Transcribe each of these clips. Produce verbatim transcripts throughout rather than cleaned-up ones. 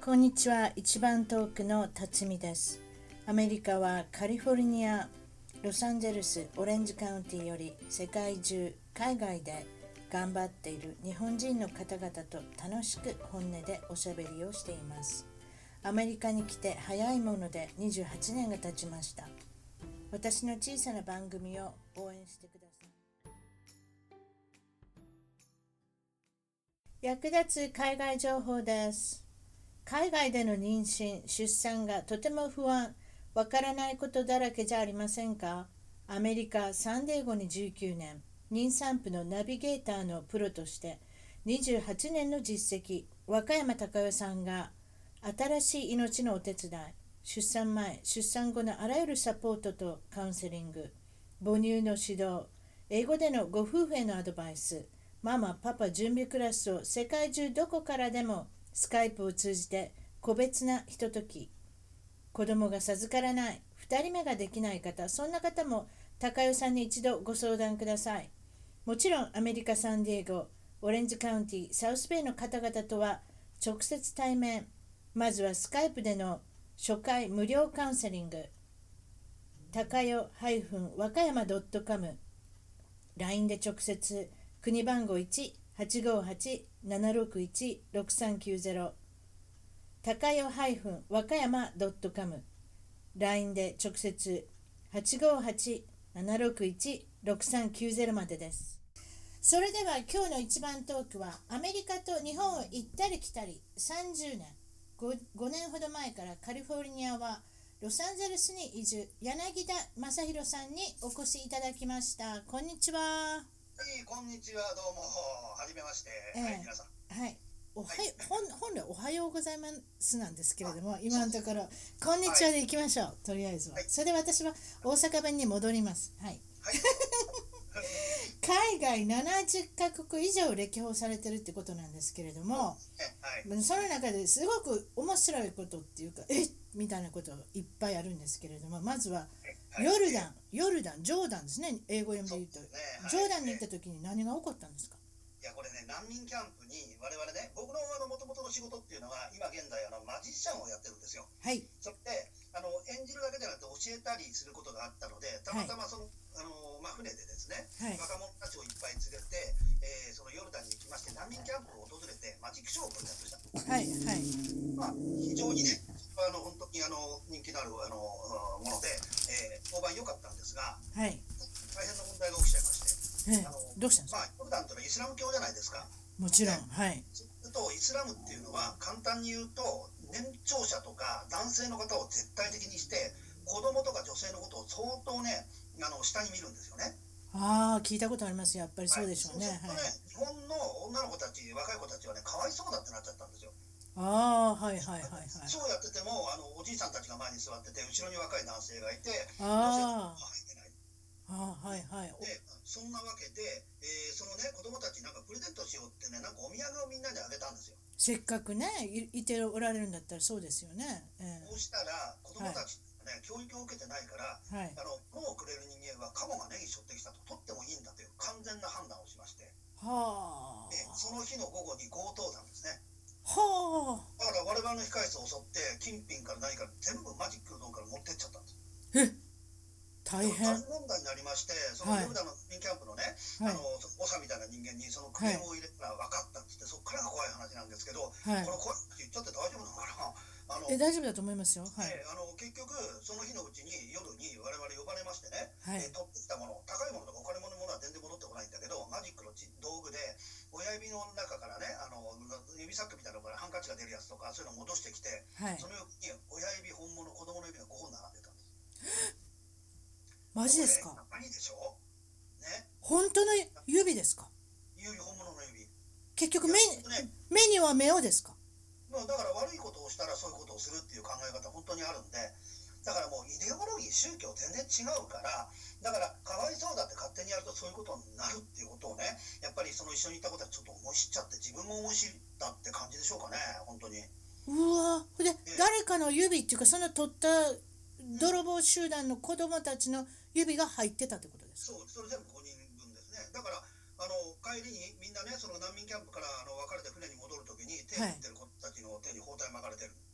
こんにちは。一番遠くの辰巳です。アメリカはカリフォルニア、ロサンゼルス、オレンジカウンティより世界中、海外で頑張っている日本人の方々と楽しく本音でおしゃべりをしています。アメリカに来て早いものでにじゅうはちねんが経ちました。私の小さな番組を応援してください。役立つ海外情報です。海外での妊娠・出産がとても不安、わからないことだらけじゃありませんか？アメリカ・サンディエゴにじゅうきゅうねん、妊産婦のナビゲーターのプロとしてにじゅうはちねんの実績、若山孝代さんが新しい命のお手伝い、出産前・出産後のあらゆるサポートとカウンセリング、母乳の指導、英語でのご夫婦へのアドバイス、ママ・パパ準備クラスを世界中どこからでもスカイプを通じて個別なひととき、子供が授からない、ふたりめができない方、そんな方も高代さんに一度ご相談ください。もちろんアメリカ・サンディエゴ、オレンジカウンティ、サウスベイの方々とは直接対面、まずはスカイプでの初回無料カウンセリング、高代 -和歌山 .com、ライン で直接、国番号いち はちごはち ななろくいち ろくさんきゅうゼロ、高代 -和歌山 .com、ライン で直接 はちごはち ななろくいち ろくさんきゅうゼロ までです。それでは今日の一番トークは、アメリカと日本を行ったり来たりさんじゅうねん、5, 5年ほど前からカリフォルニアはロサンゼルスに移住、柳田正宏さんにお越しいただきました。こんにちは。 はい、こんにちは、どうも、はじめまして、えー、はい、皆さん。 はい、おはよ、はい、本, 本来おはようございますなんですけれども、今のところ、こんにちはでいきましょう、はい、とりあえずは。はい、それで私は大阪弁に戻ります。はい。はい、海外ななじゅっかこく以上歴訪されてるってことなんですけれども、はい、その中ですごく面白いことっていうか、えっみたいなこといっぱいあるんですけれども、まずはヨルダン、ヨルダン、ジョーダンですね、英語読みで言うと、ね、はい、ジョーダンに行った時に何が起こったんですか？ いや、これね、難民キャンプに我々ね、僕のもともとの仕事っていうのは今現在あのマジシャンをやってるんですよ。はい。それであの演じるだけじゃなくて教えたりすることがあったので、たまたまその、はい、あのまあ、船でですね、はい、若者たちをいっぱい連れて、えー、そのヨルダンに行きまして、難民キャンプを訪れてマジックショーをプレゼントした。はいはい。まあ、非常にね、あの本当にあの人気のあるあのもので、えー、評判良かったんですが、はい、大変な問題が起きちゃいまして。 ええ、あのどうしたんですか？ まあ、ヨルダンというのはイスラム教じゃないですか。 もちろん、はい。 そうするとイスラムっていうのは簡単に言うと、年長者とか男性の方を絶対的にして、子供とか女性のことを相当ね、あの下に見るんですよね。 ああ、聞いたことあります。やっぱりそうでしょうね。はい、 そうするとね、はい、日本の女の子たち、若い子たちはね、かわいそうだってなっちゃったんですよ。 ああ、はいはいはいはい。 ショーやってても、あのおじいさんたちが前に座ってて、後ろに若い男性がいて、 ああ、 女性が入ってない。 ああ、はいはい。 で、そんなわけで、えー、そのね、子供たちになんかプレゼントしようってね、なんかお土産をみんなであげたんですよ。 せっかくね、い, いておられるんだったらそうですよね。 えー、そうしたら、子供たちね、はい、教育を受けてないから、はい、あの物をくれる人間はカモがネギ背負ってきたと取ってもいいんだという完全な判断をしまして、はあ、えその日の午後に強盗団ですね。はあ、だから我々の控室を襲って金品から何から全部マジックのドンから持ってっちゃったんです。え大変大問題になりまして、そのヨルダンの民キャンプのね、はい、あの長みたいな人間にそのクレームを入れたら分かったって言って、そこからが怖い話なんですけど、はい、これ怖いって言っちゃって大丈夫なのかな。あのえ大丈夫だと思いますよ。はい、 あの結局その日のうちに夜に我々呼ばれましてね、はい、え取ってきたもの、高いものとかお金ものものは全然戻ってこないんだけど、マジックの道具で親指の中からね、あの指サックみたいなのからハンカチが出るやつとかそういうのを戻してきて、はい、その横に親指本物、子供の指がごほん並んでたんです。 マジですか？ 何でしょう、ね、 本当の指ですか？ 指、本物の指。 結局 目, ね、目には目をですか？ だから悪いことをしたらそういうことをするっていう考え方本当にあるんで、だからもうイデオロギー、宗教全然違うから、だからかわいそうだって勝手にやるとそういうことになるっていうことをね、やっぱりその一緒にいたことはちょっと思い知っちゃって、自分も思い知ったって感じでしょうかね、本当に。 うわで、誰かの指っていうか、その取った泥棒集団の子供たちの指が入ってたってことですか？ そう、それ全部ごにんぶんですね。だからあの帰りにみんなね、その難民キャンプからあの別れて船に戻るときに手を振ってる子たちの手に包帯巻かれてるん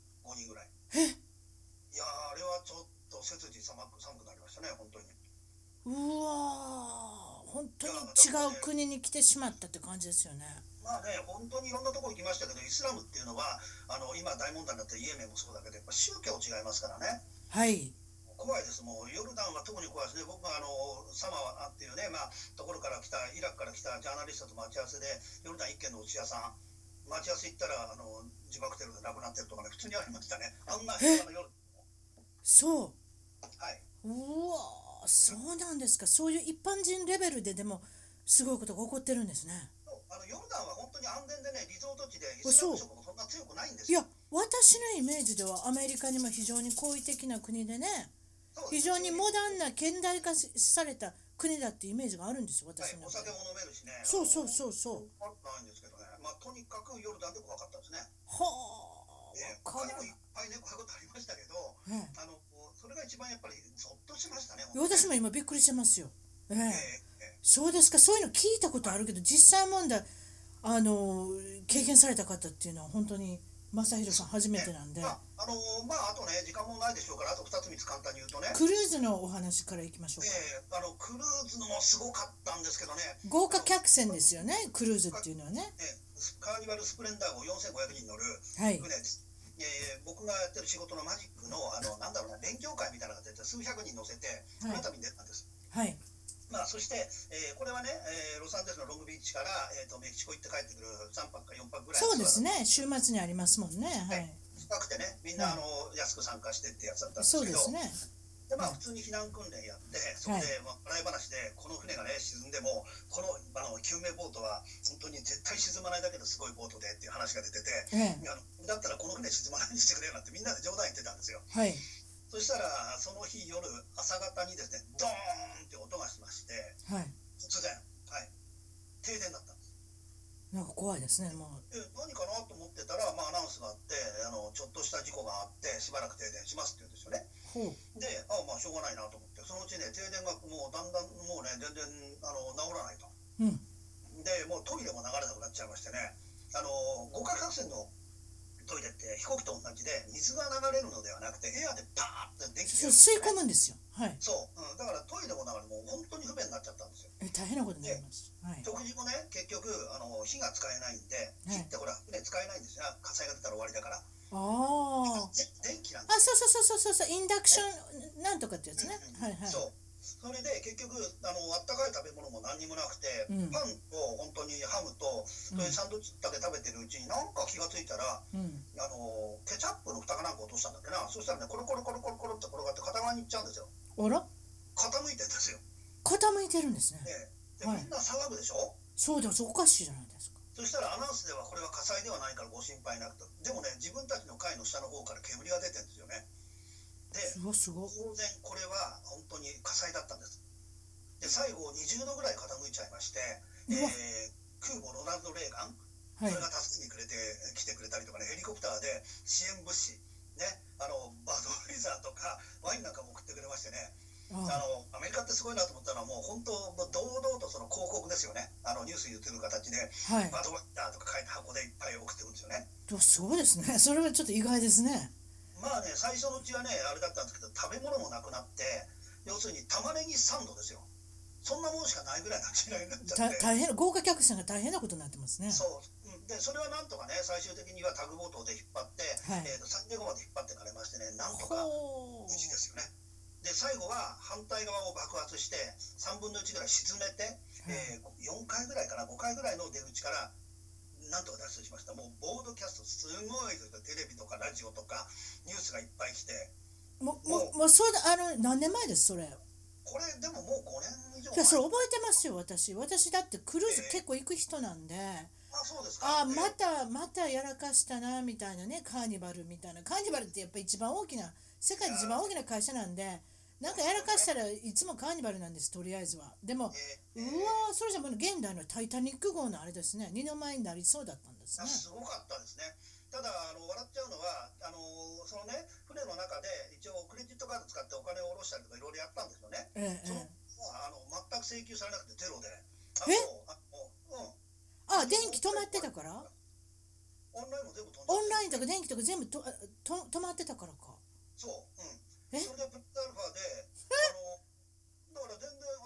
うわー、本当に違う国に来てしまったって感じですよね。 まあね、本当にいろんなところ行きましたけど、イスラムっていうのはあの今大問題になってるイエメンもそうだけど、やっぱ宗教違いますからね。 はい。 怖いです。もうヨルダンは特に怖いですね。僕はあのサマワっていうね、まあ、ところから来た、イラクから来たジャーナリストと待ち合わせで、ヨルダン一軒のお寿司屋さん、待ち合わせ行ったらあの自爆テロで亡くなってるとかね、普通にありましたね。あんな平和の夜。 そう。 はい。 うわ、そうなんですか。そういう一般人レベルででもすごいことが起こってるんですね。 あのヨルダンは本当に安全でね、リゾート地でイスラム色もそんな強くないんですよ。いや、私のイメージではアメリカにも非常に好意的な国でね、非常にモダンな現代化された国だってイメージがあるんですよ、私の、 はい、お酒も飲めるしね。 そうそうそうそう。 ないんですけどね、まあ、とにかくヨルダンで怖かったですね。 はあ、えー、他にもいっぱいね、こういうことありましたけど、ええ、あのそれが一番やっぱりゾッとしましたね。 私も今びっくりしてますよ。ええええ、そうですか。そういうの聞いたことあるけど、実際問題あの経験された方っていうのは本当に正弘さん初めてなんで、 ね、まああのまああとね時間もないでしょうから、あとふたつみっつ簡単に言うとね、 クルーズのお話からいきましょうか。 えー、あのクルーズのもすごかったんですけどね、 豪華客船ですよね、クルーズっていうのはね。 えー、カーニバルスプレンダー号よんせんごひゃくにん乗る船です、はい。えー、僕がやってる仕事のマジックのあのなんだろうな、勉強会みたいなのが出て数百人乗せてこの旅に出たんです。はい。まあ、そして、えー、これはね、えー、ロサンゼルスのロングビーチから、えー、とメキシコ行って帰ってくるさんぱくかよんぱくぐらい。 そうですね、週末にありますもんね。はい。 近くてね、みんな、はい、あの安く参加してってやつだったんですけど、そうですね。でまあ、普通に避難訓練やって、そこで、まあ、笑い話で、この船がね、沈んでも、このあの救命ボートは、本当に絶対沈まないだけど、すごいボートでっていう話が出てて、ええ、あのだったらこの船沈まないにしてくれよなんて、みんなで冗談言ってたんですよ。はい。そしたら、その日夜、朝方にですね、ドーンって音がしまして、はい、突然、はい、停電だったんです。 なんか怖いですね、もう。 え、何かなと思ってたら、まあ、アナウンスがあって、あのちょっとした事故があって、しばらく停電しますって言うんですよね。で、ああ、まあ、しょうがないなと思って、そのうちね、停電がもうだんだん、もうね、全然あの治らないと。うん、で、もうトイレも流れなくなっちゃいましてね、あの豪華客船のトイレって飛行機と同じで水が流れるのではなくてエアでパーッて電気で、ね、 吸い込むんですよ。はい。 そう、うん、だからトイレも流れもう本当に不便になっちゃったんですよ。 え、大変なことになります。 はい、食事もね結局あの火が使えないんで、はい、火ってほら船使えないんですよ。火災が出たら終わりだから。ああ。電気なんです。 あ、そうそうそうそうそう、インダクションなんとかってやつね。うんうん、はいはい。そう。 それで結局あのあったかい食べ物も何にもなくて、うん、パンと本当にハムとそういうサンドイッチだけ食べてるうちになんか気がついたら、うん、あのケチャップの蓋かなんか落としたんだっけな。そしたらねコロコロコロコロコロって転がって片側に行っちゃうんですよ。 あら、 傾いてるんですよ。 傾いてるんですね。 で、はい、みんな騒ぐでしょ。 そうです、おかしいじゃないですか。 そしたらアナウンスではこれは火災ではないからご心配なくと。でもね自分たちの階の下の方から煙が出てるんですよね。ですごすご当然これは本当に火災だったんです。で最後にじゅうどぐらい傾いちゃいまして、えー、空母ロナルド・レーガン、はい、それが助けにくれて来てくれたりとかね、ヘリコプターで支援物資、ね、あのバドワイザーとかワインなんかも送ってくれましてね、あのアメリカってすごいなと思ったのはもう本当堂々とその広告ですよね。あのニュースに言ってる形で、はい、バドワイザーとか書いた箱でいっぱい送ってるんですよね。 すごいですね。それはちょっと意外ですね。 まあね、最初のうちはねあれだったんですけど、食べ物もなくなって、要するに玉ねぎサンドですよ。そんなもんしかないぐらいの時代になっちゃって、 大変、豪華客船が大変なことになってますね。 そう、うん、でそれはなんとかね最終的にはタグボートで引っ張って、はい、えー、とサンディエゴまで引っ張ってかれましてね、なんとか無事ですよね。で最後は反対側を爆発してさんぶんのいちぐらい沈めて、はい、えー、よんかいぐらいかな、ごかいぐらいの出口からなんとか脱出しました。もうボードキャストすごいテレビとかラジオとかニュースがいっぱい来て、 もうもうそうだ、あの何年前ですそれ。 これでももうごねん以上前。 いや、それ覚えてますよ。私私だってクルーズ結構行く人なんで、えー、あ、そうですか。 あ、またまたやらかしたなみたいなね。カーニバルみたいな。カーニバルってやっぱ一番大きな、世界で一番大きな会社なんで、なんかやらかしたらいつもカーニバルなんです、とりあえずは。でも、えー、うわー、それじゃもう現代のタイタニック号のあれですね、二の舞になりそうだったんですね。 すごかったですね。ただあの笑っちゃうのはあのそのね船の中で一応クレジットカード使ってお金を下ろしたりとかいろいろやったんですよね。ええ、そのあの全く請求されなくてゼロで。 え？あ、うん、あ、電気止まってたから？ オンラインも全部止まってた。オンラインとか電気とか全部とと止まってたからか。 そう、うん。それでプラスアルファであのだから全然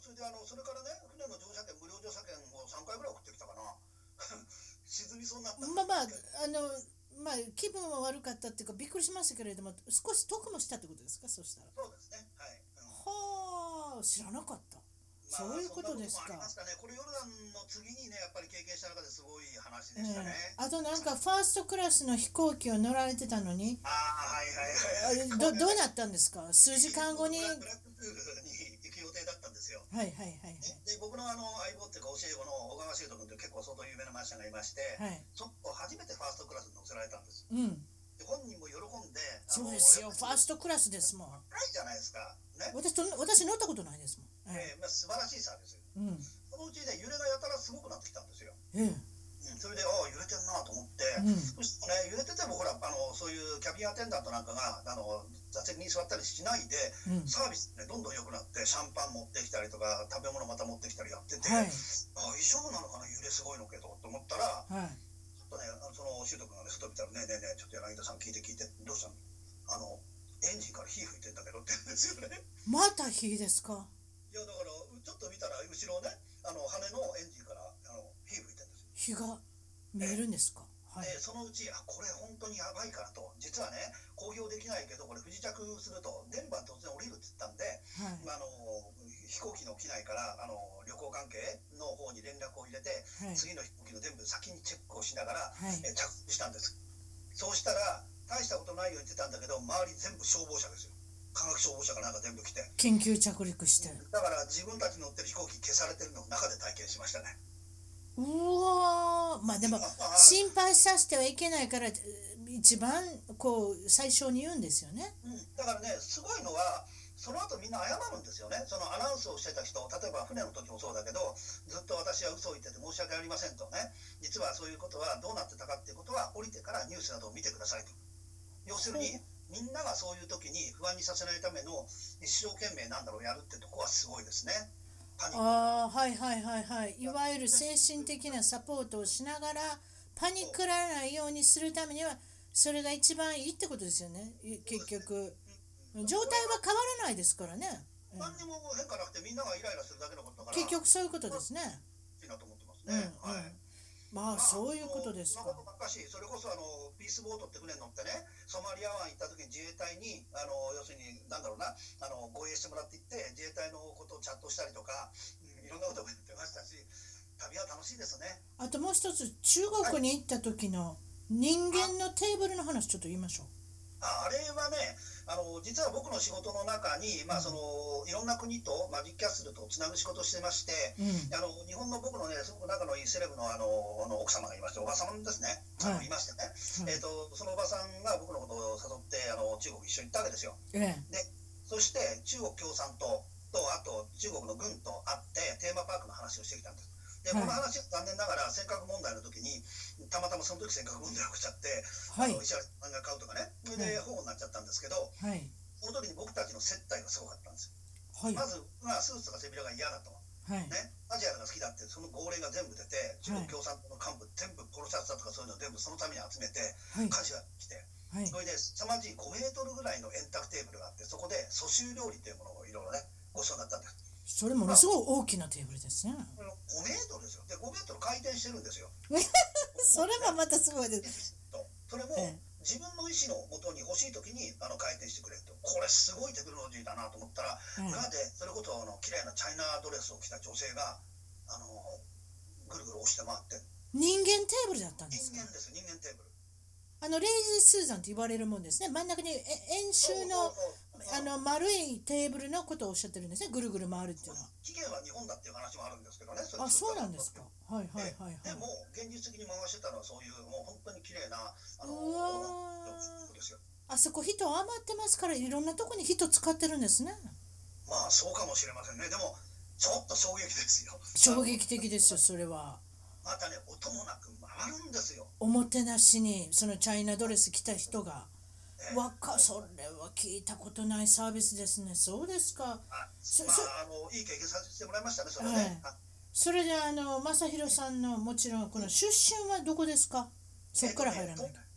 それであのそれからね、船の乗車券無料乗車券をさんかいぐらい送ってきたかな。沈みそうになった。 まあまああのまあ気分は悪かったっていうかびっくりしましたけれども、少し得もしたってことですか、そしたら。 そうですね、はい、 うん、はあ、知らなかった。まあ、そういうことですか。 そんなこともありますかね。これヨルダンの次にね、やっぱり経験した中ですごい話でしたね。 えー、あとなんかファーストクラスの飛行機を乗られてたのに、 ああ、はいはいはい、 ど, どうなったんですか、数時間後に。 ブラックプールに行く予定だったんですよ。 はいはいはい、はい、 で僕のあの相棒っていうか教え子の小川修斗君という結構相当有名なマンシャンがいまして、はい、そこ初めてファーストクラスに乗せられたんです。うん、で本人も喜んで、 そうですよ、ファーストクラスですもん。 高いじゃないですか、ね、 私と私乗ったことないですもん。 えーまあ、素晴らしいサービス、うん、そのうちね揺れがやたらすごくなってきたんですよ。えーうん、それでああ揺れてるなと思って、うん、そしてね揺れててもほらあのそういうキャビンアテンダントなんかがあの座席に座ったりしないで、うん、サービスねどんどん良くなってシャンパン持ってきたりとか食べ物また持ってきたりやってて、はい、あ大丈夫なのかな揺れすごいのけどと思ったら、はい、ちょっとねその修斗君がね外見たらねねえねえちょっと柳田さん聞いて聞いてどうしたのあのエンジンから火吹いてんだけどって言うんですよね。 また火ですか。 いやだからちょっと見たら後ろねあの羽のエンジンからあの火吹いてるんですよ。 火が見えるんですか。 はい、そのうちあこれ本当にやばいからと実はね公表できないけどこれ不時着すると電波突然降りるって言ったんで、はいまあ、あの飛行機の機内からあの旅行関係の方に連絡を入れて、はい、次の飛行機の全部先にチェックをしながら、はいえ着陸したんです。そうしたら大したことないように言ってたんだけど周り全部消防車ですよ。化学消防車がなんか全部来て緊急着陸してだから自分たち乗ってる飛行機消されてるのを中で体験しましたね。 うわまあでも心配させてはいけないから一番こう最初に言うんですよね、 うん、だからねすごいのはその後みんな謝るんですよね。そのアナウンスをしてた人例えば船の時もそうだけどずっと私は嘘を言ってて申し訳ありませんとね実はそういうことはどうなってたかっていうことは降りてからニュースなどを見てくださいと。要するにみんながそういう時に不安にさせないための一生懸命なんだろうやるってとこはすごいですね。 ああはいはいはいはい、いわゆる精神的なサポートをしながらパニックらないようにするためにはそれが一番いいってことですよね。結局状態は変わらないですからね。 何にも変化なくてみんながイライラするだけのことだから結局そういうことですね。 いいなと思ってますね、うんうんはいまあそういうことですか。 それこそあのピースボートって船に乗ってねソマリア湾行った時に自衛隊にあの要するになんだろうなあの護衛してもらっていって自衛隊のことをチャットしたりとか、うん、いろんなこともやってましたし旅は楽しいですね。 あともう一つ中国に行った時の人間のテーブルの話ちょっと言いましょう。 あ, あれはねあの実は僕の仕事の中に、まあ、そのいろんな国とマジックキャッスルとつなぐ仕事をしてまして、うん、あの日本の僕のねすごく仲のいいセレブのあのあの奥様がいましておばさんですね、はい、あのいましてね、はいえー、とそのおばさんが僕のことを誘ってあの中国一緒に行ったわけですよ、ええ、でそして中国共産党とあと中国の軍と会ってテーマパークの話をしてきたんです。でこの話は残念ながら尖閣問題の時にたまたまその時尖閣問題が起きちゃって、はい、あの石原さんが買うとかねそれで保護になっちゃったんですけど、はい、その時に僕たちの接待がすごかったんですよ、はい、まず、まあ、スーツとか背広が嫌だと、はいね、アジアが好きだってその号令が全部出て中国共産党の幹部全部ポロシャツだとかそういうのを全部そのために集めて監視が来て、はい、それで凄まじいごメートルぐらいの円卓テーブルがあってそこで蘇州料理というものをいろいろねごちそうになったんです。 それものすごい大きなテーブルですね。 ごメートルですよ。でごメートル回転してるんですよ。 それはまたすごいです。 それも自分の意思のもとに欲しいときにあの回転してくれると。これすごいテクノロジーだなと思ったら、うん、裏でそれこそあの綺麗なチャイナドレスを着た女性があのぐるぐる押して回って。 人間テーブルだったんですか。 人間です人間テーブル。 あのレイジースーザンって言われるもんですね。真ん中に円周のあの丸いテーブルのことをおっしゃってるんですね。ぐるぐる回るっていうのは。 起源は日本だっていう話もあるんですけどね。 あ、そうなんですか。はいはいはい、はい、 でも現実的に回してたのはそういうもう本当に綺麗なあのうわですよ。あそこ人余ってますからいろんなとこに人使ってるんですね。 まあそうかもしれませんね。でもちょっと衝撃ですよ。 衝撃的ですよそれは。 またね音もなく回るんですよ。 おもてなしにそのチャイナドレス着た人が。わかそれは聞いたことないサービスですね。そうですか。あ、まあ、あのいい経験させてもらいましたねそれね。はい、 それであの正弘さんのもちろんこの出身はどこですか。そこから入らないか。 え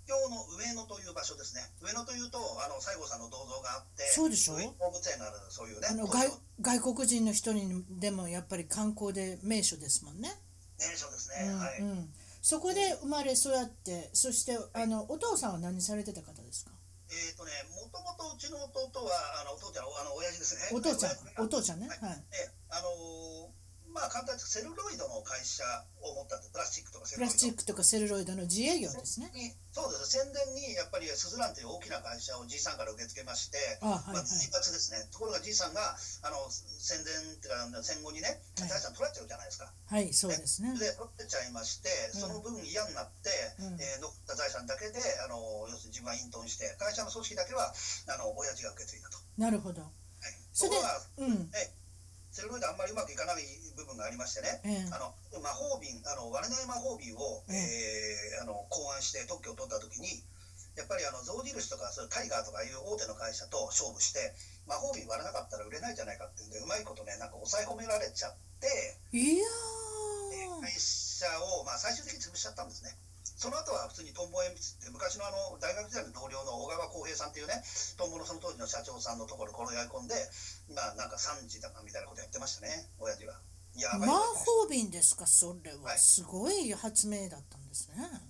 京の上野という場所ですね。上野というとあの西郷さんの銅像があって、 そうでしょ。 動物園があるそういうね。 あの外外国人の人にでもやっぱり観光で名所ですもんね。 名所ですね。 うん、 はい、 うん。そこで生まれ育って、そしてあのお父さんは何されてた方ですか。 えっとね、もともとうちの弟はあのお父ちゃんあの親父ですね。 お父ちゃん、お父ちゃんね。はい。 えあのーまあ簡単にセルロイドの会社を持ったんで、プラスチックとかセルロイド。プラスチックとかセルロイドの自営業ですね。 そうです。戦前にやっぱりスズランという大きな会社をじいさんから受け付けまして、あ、はいはい、まあ、一発ですね。ところがじいさんがあの戦前っていうか戦後にね、財産取られちゃうじゃないですか。 はい、そうですね。 で取ってちゃいまして、その分嫌になって、うん、えー、残った財産だけであの要するに自分は隠遁して、会社の組織だけはあの親父が受け継いだと。 なるほど。はい、 それは、うん。えセルロイドあんまりうまくいかない部分がありましてね、えー、あの魔法瓶あの割れない魔法瓶を、えー、あの考案して特許を取った時にやっぱりあの象印とかそういうタイガーとかいう大手の会社と勝負して魔法瓶割れなかったら売れないじゃないかっていうんでうまいことねなんか抑え込められちゃっていやー会社を、まあ、最終的に潰しちゃったんですね。その後は普通にトンボ鉛筆って昔のあの大学時代の同僚の小川浩平さんっていうねトンボのその当時の社長さんのところに転がり込んでまあなんかさんじだかみたいなことやってましたね親父は。 やばい魔法瓶ですか。それはすごい発明だったんですね。はい、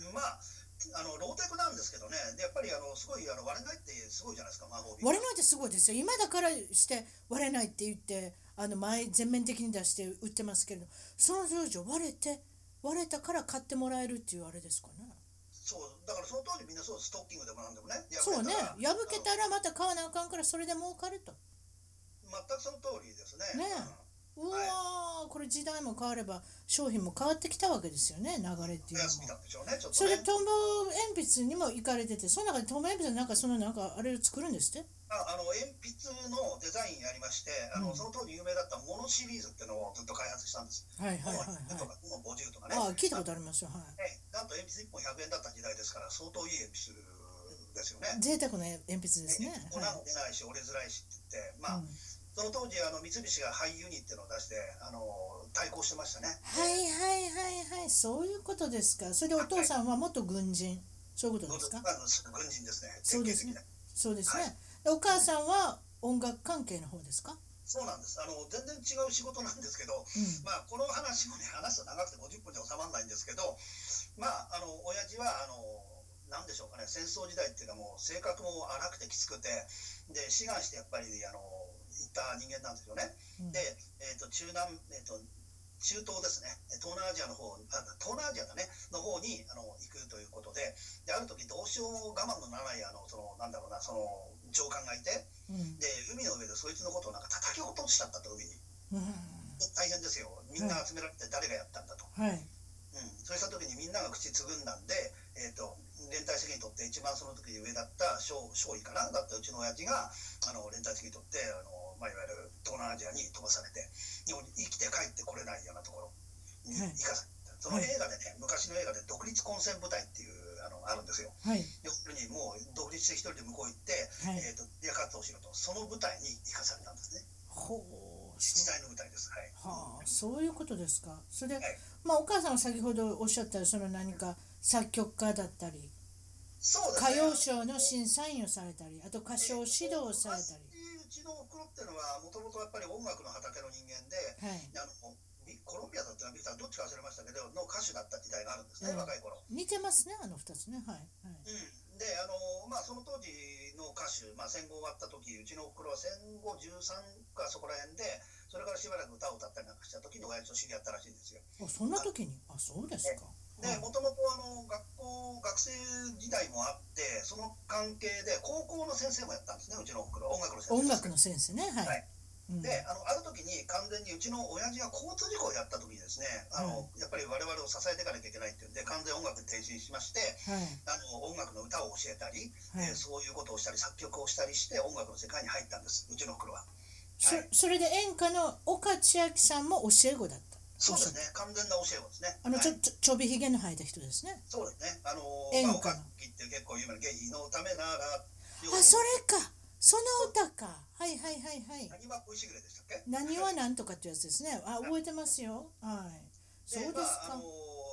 まああのローテクなんですけどねでやっぱりあのすごいあの割れないってすごいじゃないですか魔法瓶。 割れないってすごいですよ。今だからして割れないって言ってあの前全面的に出して売ってますけれどその当時割れて割れたから買ってもらえるっていうあれですかね。 そうだからその当時みんなそうストッキングでもなんでもねそうね破けたらまた買わなあかんからそれで儲かると全くその通りですね。 ねえ、うん、うわー、はい、これ時代も変われば商品も変わってきたわけですよね流れっていうのも、ねね、それでトンボ鉛筆にも行かれててその中でトンボ鉛筆なんかそのなんかあれを作るんですって。 ああの鉛筆のデザインやりまして、うん、あのその当時有名だったモノシリーズっていうのをずっと開発したんです。はいはいはい、はい、とかごじゅうとかね。 ああ聞いたことありますよ。はい。 えなんと鉛筆いっぽんひゃくえんだった時代ですから相当いい鉛筆ですよね。 贅沢な鉛筆ですね。 粉も出ないし折れづらいしって言ってまあ、うん、その当時あの三菱がハイユニっていうのを出してあの対抗してましたね。 はいはいはいはいそういうことですか。それでお父さんは元軍人、はい、そういうことですか。 軍人ですね。 そうですね。そうですね。はい、お母さんは音楽関係の方ですか。 そうなんです。あの全然違う仕事なんですけど、うん、まあこの話もね話すと長くてごじゅっぷんじゃ収まらないんですけど、まああの親父はあのなんでしょうかね戦争時代っていうのはもう性格も荒くてきつくてで志願してやっぱりあの行った人間なんですよね。うん、で、えーと中南えっ、ー、と中東ですね東南アジアの方東南アジアだねの方にあの行くということで、である時どうしようも我慢のならないあのそのなんだろうなその上官がいて、うん、で海の上でそいつのことをなんか叩き落としちゃったと海に、うん、大変ですよ。みんな集められて誰がやったんだと、はい、うん、そうした時にみんなが口つぐんだんで、えーと、連帯責任取って一番その時に上だった少尉かなだったうちの親父があの連帯責任取ってあの、まあ、いわゆる東南アジアに飛ばされて日本に生きて帰ってこれないようなところに行かされた、はい、その映画でね昔の映画で独立混戦部隊っていうあのあるんですよ。はい、要するにもう独立して一人で向こう行って、はいえー、とリア活動しろとその部隊に行かされたんですね。ほう自治体の部隊です。はい、 はあ、そういうことですか。それで、はいまあ、お母さんは先ほどおっしゃったその何か作曲家だったりそうです、ね、歌謡賞の審査員をされたりあと歌唱指導をされたり、 えー、うちのおふくろっていうのはもともとやっぱり音楽の畑の人間で、はい、あのコロンビアだったらどっちか忘れましたけどの歌手だった時代があるんですね、うん、若い頃。 似てますねあのふたつね。はい、はいうん、であの、まあ、その当時の歌手、まあ、戦後終わった時うちのおふくろは戦後じゅうさんかそこら辺でそれからしばらく歌を歌ったりなんかした時に親父と知り合ったらしいんですよ。 あそんな時にあそうですか。 でもともと学校学生時代もあってその関係で高校の先生もやったんですねうちのおふくろ音楽の先生。 音楽の先生ねはい、はいうん、で あのある時に完全にうちの親父が交通事故をやった時にですねあの、うん、やっぱり我々を支えていかなきゃいけないっていうんで完全音楽に転身しまして、はい、あの音楽の歌を教えたり、はいえー、そういうことをしたり作曲をしたりして音楽の世界に入ったんですうちのおふくろは。 そ, はい、それで演歌の岡千秋さんも教え子だった。 そうですね完全な教え子ですね。 あのちょ、はい、ちょちょびひげの生えた人ですね。 そうですねあの演歌の、まあ、岡木って結構有名な芸のためならあそれかその歌かはいはいはいはい何は恋しぐれでしたっけ。 何はなんとかってやつですね。あ覚えてますよ。はいそうですか。まあ、あの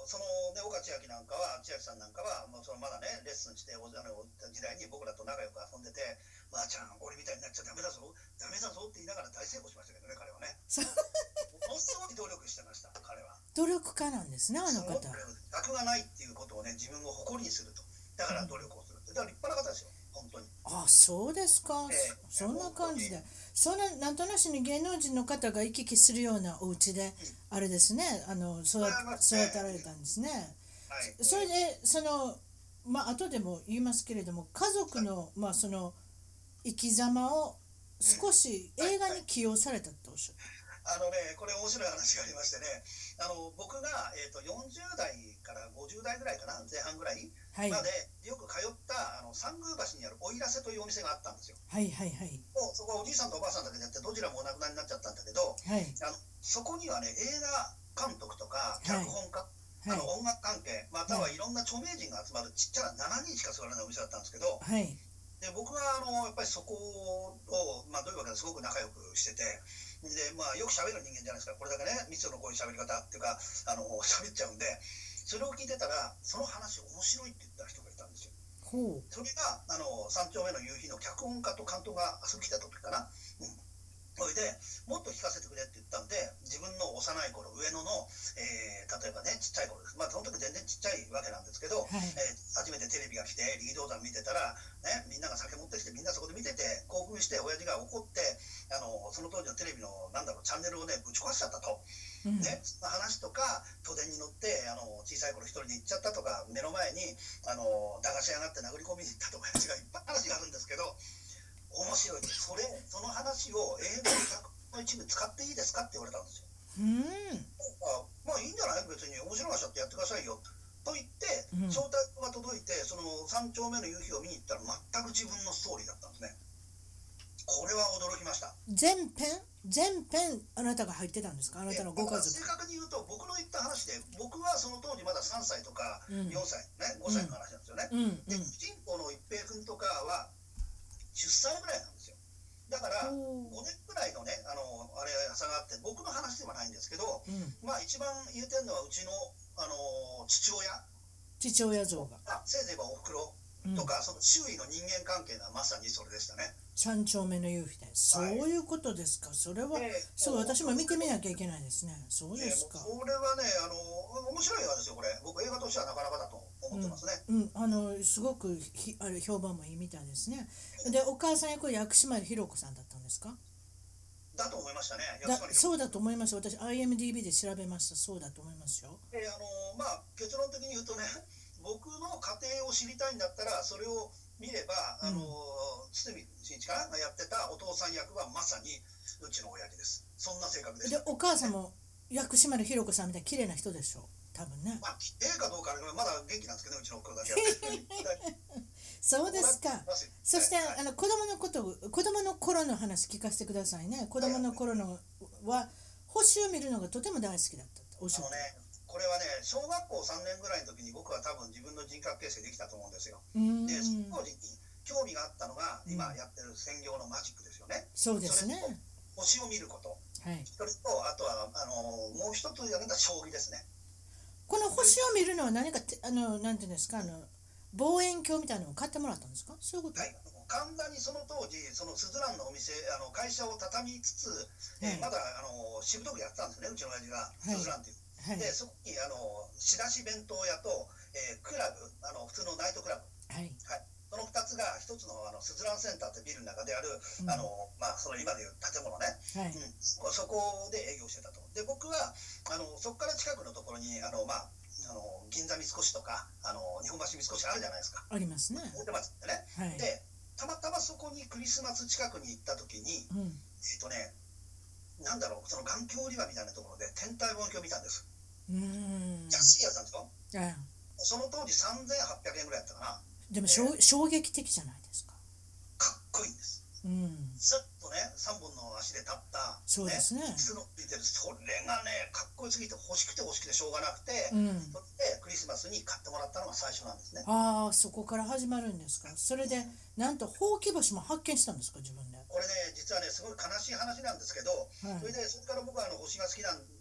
そのね、岡千秋なんかは、千秋さんなんかは、もうそのまだね、レッスンして、おあの時代に僕らと仲良く遊んでて、まーちゃん、俺みたいになっちゃダメだぞ、ダメだぞって言いながら大成功しましたけどね、彼はね。ものすごい努力してました、彼は。 努力家なんですね、あの方。 学がないっていうことをね、自分を誇りにすると。だから努力をする。だから立派な方ですよ、本当に。 あ、そうですか。えー、そんな感じで。そんな、なんとなしに芸能人の方が行き来するようなお家で、うん、あれですね、あの、育、育てられたんですね。はい、それで、その、まあ、後でも言いますけれども、家族の、はい、まあ、その、生き様を少し映画に起用されたっておっしゃる。 あのね、これ面白い話がありましてね、あの僕が、えー、とよんじゅう代からごじゅう代ぐらいかな、前半ぐらいまでよく通ったあの三宮橋にあるおいらせというお店があったんですよ。 はいはいはい。 もうそこはおじいさんとおばあさんだけでやってどちらもお亡くなりになっちゃったんだけど、はい、あのそこにはね、映画監督とか脚本家、はい、あの音楽関係またはいろんな著名人が集まるちっちゃなしちにんしか座れないお店だったんですけど、はい、で僕はあのやっぱりそこを、まあ、どういうわけですごく仲良くしてて、で、まあ、よく喋る人間じゃないですか。これだけね、密度のこういう喋り方っていうか、あの喋っちゃうんで、それを聞いてたら、その話面白いって言った人がいたんですよ。ほう。それがあの三丁目の夕日の脚本家と監督が遊びに来た時かな。うん。それでもっと聞かせてくれって言ったんで、自分の幼い頃、上野の、えー、例えばね、ちっちゃい頃です。まあ、その時全然ちっちゃいわけなんですけど、はい、えー、初めてテレビが来て、リードーザン見てたら、ね、みんなが酒持ってきて、みんなそこで見てて、興奮して、親父が怒って、あのその当時のテレビの、なんだろう、チャンネルをね、ぶち壊しちゃったと。うん、ね、その話とか、都電に乗って、あの小さい頃一人で行っちゃったとか、目の前に、あの駄菓子屋があって殴り込みに行ったとか、親父がいっぱい話があるんですけど、面白いです。それ、その話を映画の一部使っていいですかって言われたんですよ。うん。あ、まあいいんじゃない？別に面白い話だってやってくださいよ。と言って、うん、招待が届いて、その三丁目の夕日を見に行ったら全く自分のストーリーだったんですね。これは驚きました。 全編全編あなたが入ってたんですか？あなたのご家族。 正確に言うと、僕の言った話で、僕はその当時まださんさいとかよんさい、ね、ごさいの話なんですよね。うんうん、で、主人公の一平君とかは、じゅっさいぐらいなんですよ。だからごねんぐらいのね、あのあれ差があって、僕の話ではないんですけど、うん、まあ一番言うてるのはうちの、あの父親父親像があせいぜいはおふくろとか、うん、その周囲の人間関係がまさにそれでしたね。 三丁目の夕日で、そういうことですか。それは、えー、そう、私も見てみなきゃいけないですね。そうですか。 えー、それはね、あの面白い映画ですよ、これ。僕映画としてはなかなかだと思ってますね。 うん、うん、あのすごくひあれ評判もいいみたいですね。で、お母さん役は薬師丸ひろ子さんだったんですか？ だと思いましたね。 だそうだと思います。私 アイエムディービー で調べました。そうだと思いますよ。 えー、あのまあ結論的に言うとね、僕の家庭を知りたいんだったらそれを見れば、あの、うん、堤真一かながやってたお父さん役はまさにうちの親父です。そんな性格です。 で、お母さんも薬師丸ひろ子さんみたいな綺麗な人でしょう。多分ね。 まあ綺麗かどうかまだ元気なんですけど、うちの子だけは。 そうですか。そして、はい、あの子供のこと子供の頃の話聞かせてくださいね。子供の頃のは星を見るのがとても大好きだったっておっしゃって。 あのね、これはね、小学校さんねんぐらいの時に僕は多分自分の人格形成できたと思うんですよ。で、その当時に興味があったのが、今やってる専業のマジックですよね。 そうですね。 星を見ること、はい、それとあとはあのもう一つやるのは将棋ですね。 この星を見るのは何かあのなんていうんですか、あの望遠鏡みたいなのを買ってもらったんですか？そういうこと。 はい、神田にその当時そのすずらんのお店、あの会社を畳みつつ、はい、えー、まだあのしぶとくやってたんですね、うちの親父がすずらんっていう。はい、でそこにあの仕出し弁当屋と、えー、クラブ、あの普通のナイトクラブ、はいはい、そのふたつがひとつのあのすずらんセンターってビルの中である、うん、あのまあ、その今でいう建物ね、はい、うん、そこで営業してたと。で僕はあのそこから近くのところにあの、まあ、あの銀座三越とかあの日本橋三越あるじゃないですか。 ありますね。 大手町ってね、はい、でたまたまそこにクリスマス近くに行った時に、うん、えっ、ー、とねなんだろう、その眼鏡売り場みたいなところで天体望遠鏡を見たんです。うーん、安いやつなんですよ。ああ、その当時さんぜんはっぴゃくえんぐらいだったかな。 でも、えー、衝撃的じゃないですか。 かっこいいんです。うん、ずっとねさんぼんの足で立った、ね、そうですね、それがねかっこよすぎて欲しくて欲しくてしょうがなくて、うん、それでクリスマスに買ってもらったのが最初なんですね。 ああ、そこから始まるんですか。それで、うん、なんとほうき星も発見したんですか、自分で。 これね実はねすごい悲しい話なんですけど、はい、それでそれから僕はあの星が好きなん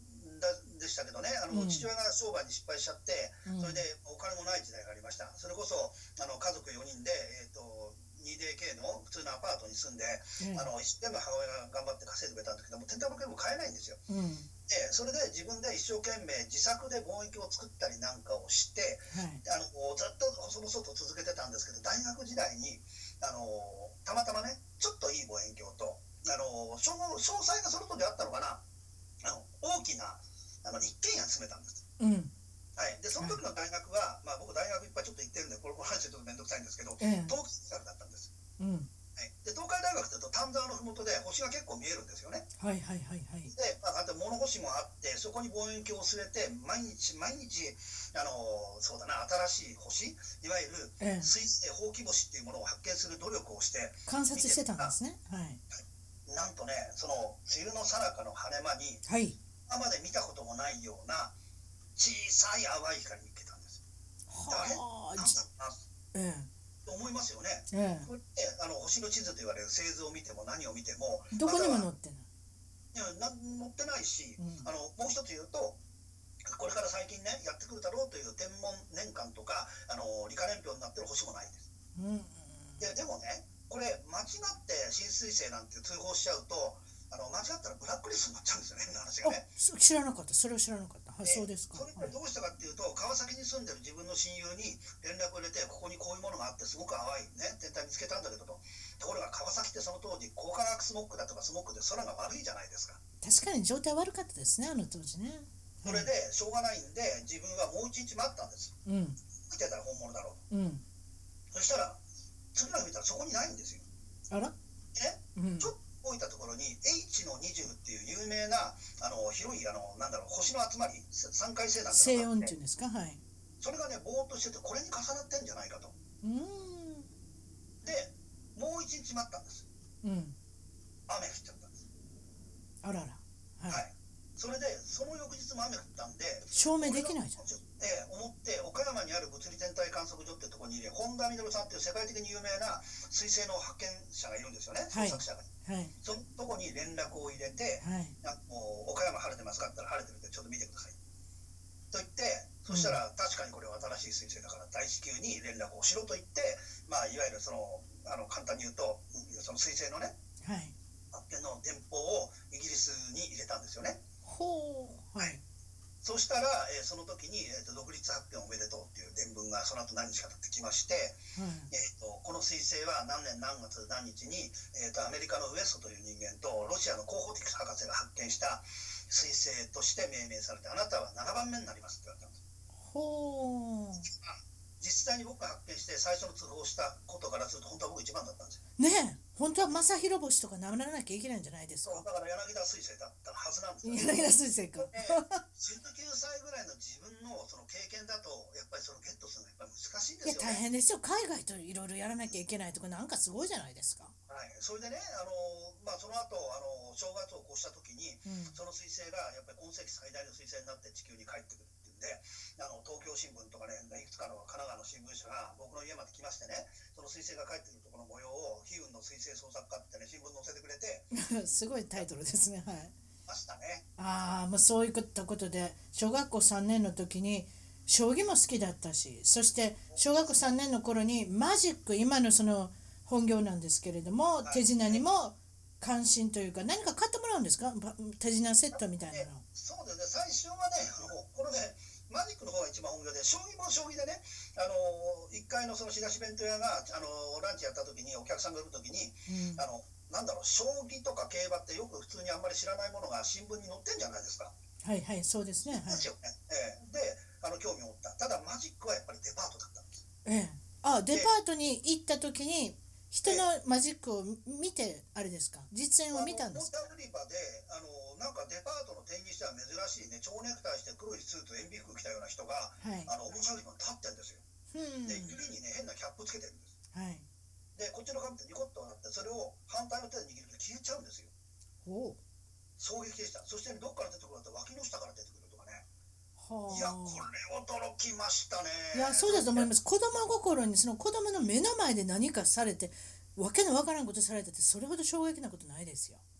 でしたけどね、あの、うん、父親が商売に失敗しちゃって、うん、それでお金もない時代がありました。それこそあの家族よにんで、えー、と ツーディーケー の普通のアパートに住んで、うん、あの一生懸命母親が頑張って稼いでくれたんだけども、天体模型も買えないんですよ。うん、でそれで自分で一生懸命自作で望遠鏡を作ったりなんかをして、はい、あのずっと細々と続けてたんですけど、大学時代にあのたまたまね、ちょっといい望遠鏡とあの詳細がその時あったのかな、あの大きなあの一軒家に住めたんです。うん、はい、でその時の大学は、はい、まあ、僕大学いっぱいちょっと行ってるんでこれこの話ちょっと面倒くさいんですけど、ええ、東海大学だったんです。うん、はい、で東海大学っていうと丹沢のふもとで星が結構見えるんですよね。はいはいはいはい。で、まあ、あと物干しもあってそこに望遠鏡を据えて毎日毎日あのそうだな新しい星いわゆる水星ほうき星っていうものを発見する努力をして観察してたんですね。はい。 なんとね、その梅雨の最中の晴れ間に、はい、今まで見たこともないような小さい淡い光に見つけたんです。あれなんだろうな、ええ、と思いますよね。ええ、これってあの星の地図と言われる星図を見ても何を見てもどこにも載ってない。 いやな載ってないし、うん、あのもう一つ言うとこれから最近ねやってくるだろうという天文年間とかあの理科年表になってる星もないんです。うん、で, でもねこれ間違って新彗星なんて通報しちゃうとあの間違ったらブラックリストになっちゃうんですよね、話がね。 知らなかった、それを知らなかった。はい、そうですか。 それこれどうしたかっていうと、川崎に住んでる自分の親友に連絡を入れて、ここにこういうものがあってすごく淡いね天体見つけたんだけどと。ところが川崎ってその当時光化学スモッグだとかスモッグで空が悪いじゃないですか。 確かに状態悪かったですね、あの当時ね。 それでしょうがないんで自分はもう一日待ったんです。うん。見てたら本物だろう。うん。そしたら次の日見たらそこにないんですよ。 あら？ ね、うん、ちょっと置いたところに エイチのにじゅうっていう有名なあの広いあのなんだろう星の集まりさんかい星団があって、 星雲っていうんですか、はい。 それがねぼーっとしててこれに重なってんじゃないかと。うん。でもう一日待ったんです。うん。雨降っちゃったんです。 あらら。 はい。はい、それでその翌日も雨降ったんで証明できないじゃん。 えー、思って岡山にある物理天体観測所ってところに、ね、本田稔さんっていう世界的に有名な彗星の発見者がいるんですよね、 はい、 創作者が、はい、そのとこに連絡を入れて、はい、もう岡山晴れてますかって言ったら晴れてるんでちょっと見てくださいと言って、そしたら、うん、確かにこれは新しい彗星だから大至急に連絡をしろと言って、まあ、いわゆるそのあの簡単に言うとその彗星のね、はい、発見の電報をイギリスに入れたんですよね。 ほう、はい。 そしたら、えー、その時に、えーと、独立発見おめでとうっていう伝聞がその後何日か経ってきまして、うん、えーと、この彗星は何年何月何日に、えーと、アメリカのウエストという人間とロシアのコーホティクス博士が発見した彗星として命名されて、あなたはななばんめになりますって言われたんです。ほー。実際に僕が発見して最初の通報したことからすると本当は僕一番だったんですよ。 ねえ、本当は正広星とかならなきゃいけないんじゃないですか。 そうだから柳田彗星だったはずなんですよ、 ね。柳田彗星か。 じゅうきゅうさいぐらいの自分のその経験だとやっぱりそのゲットするのはやっぱり難しいんですよね。 いや大変ですよ。海外といろいろやらなきゃいけないとかなんかすごいじゃないですか。 はい、それでね、あのまあ、その後あの正月を越した時に、うん、その彗星がやっぱり今世紀最大の彗星になって地球に帰ってくるっていうんで、あの東京新聞とかね、いくつかの神奈川の新聞社が僕の家まで来ましてね、その彗星が帰ってくるところの模様を悲運の彗星捜索家ってね新聞載せてくれてすごいタイトルですね。はい。 ましたね。 ああ、もうそういったことで小学校さんねんの時に将棋も好きだったし、そして小学校さんねんの頃にマジック、今のその本業なんですけれども、はい、手品にも関心というか何か買ってもらうんですか、手品セットみたいなの。 そうですね、最初はね、あのこれねマジックの方が一番本業で、将棋も将棋でね、あのいっかいのその仕出し弁当屋があのランチやった時にお客さんがいる時に、うん、あのなんだろう、将棋とか競馬ってよく普通にあんまり知らないものが新聞に載ってんじゃないですか。 はいはい、そうですね。はい、 ですよね。えー、であの興味を持った。ただマジックはやっぱりデパートだったんです。 ええ、あデパートに行った時に人のマジックを見て、あれですか、実演を見たんですか。 モーター売り場であのなんかデパートの店員にしては珍しいね、蝶ネクタイして黒いスーツ、塩ビ服着たような人が、はい、あのおもちゃ売り場に立ってるんですよ。うん、で指にね変なキャップつけてるんです。はい、でこっちの紙ってニコッとなって、それを反対の手で握ると消えちゃうんですよ。お衝撃でした。そして、ね、どっから出てくるかって脇の下から出てくるとかね。いやこれ驚きましたね。 いやそうだと思います。子供心にその子供の目の前で何かされてわけのわからんことされてて、それほど衝撃なことないですよ。 で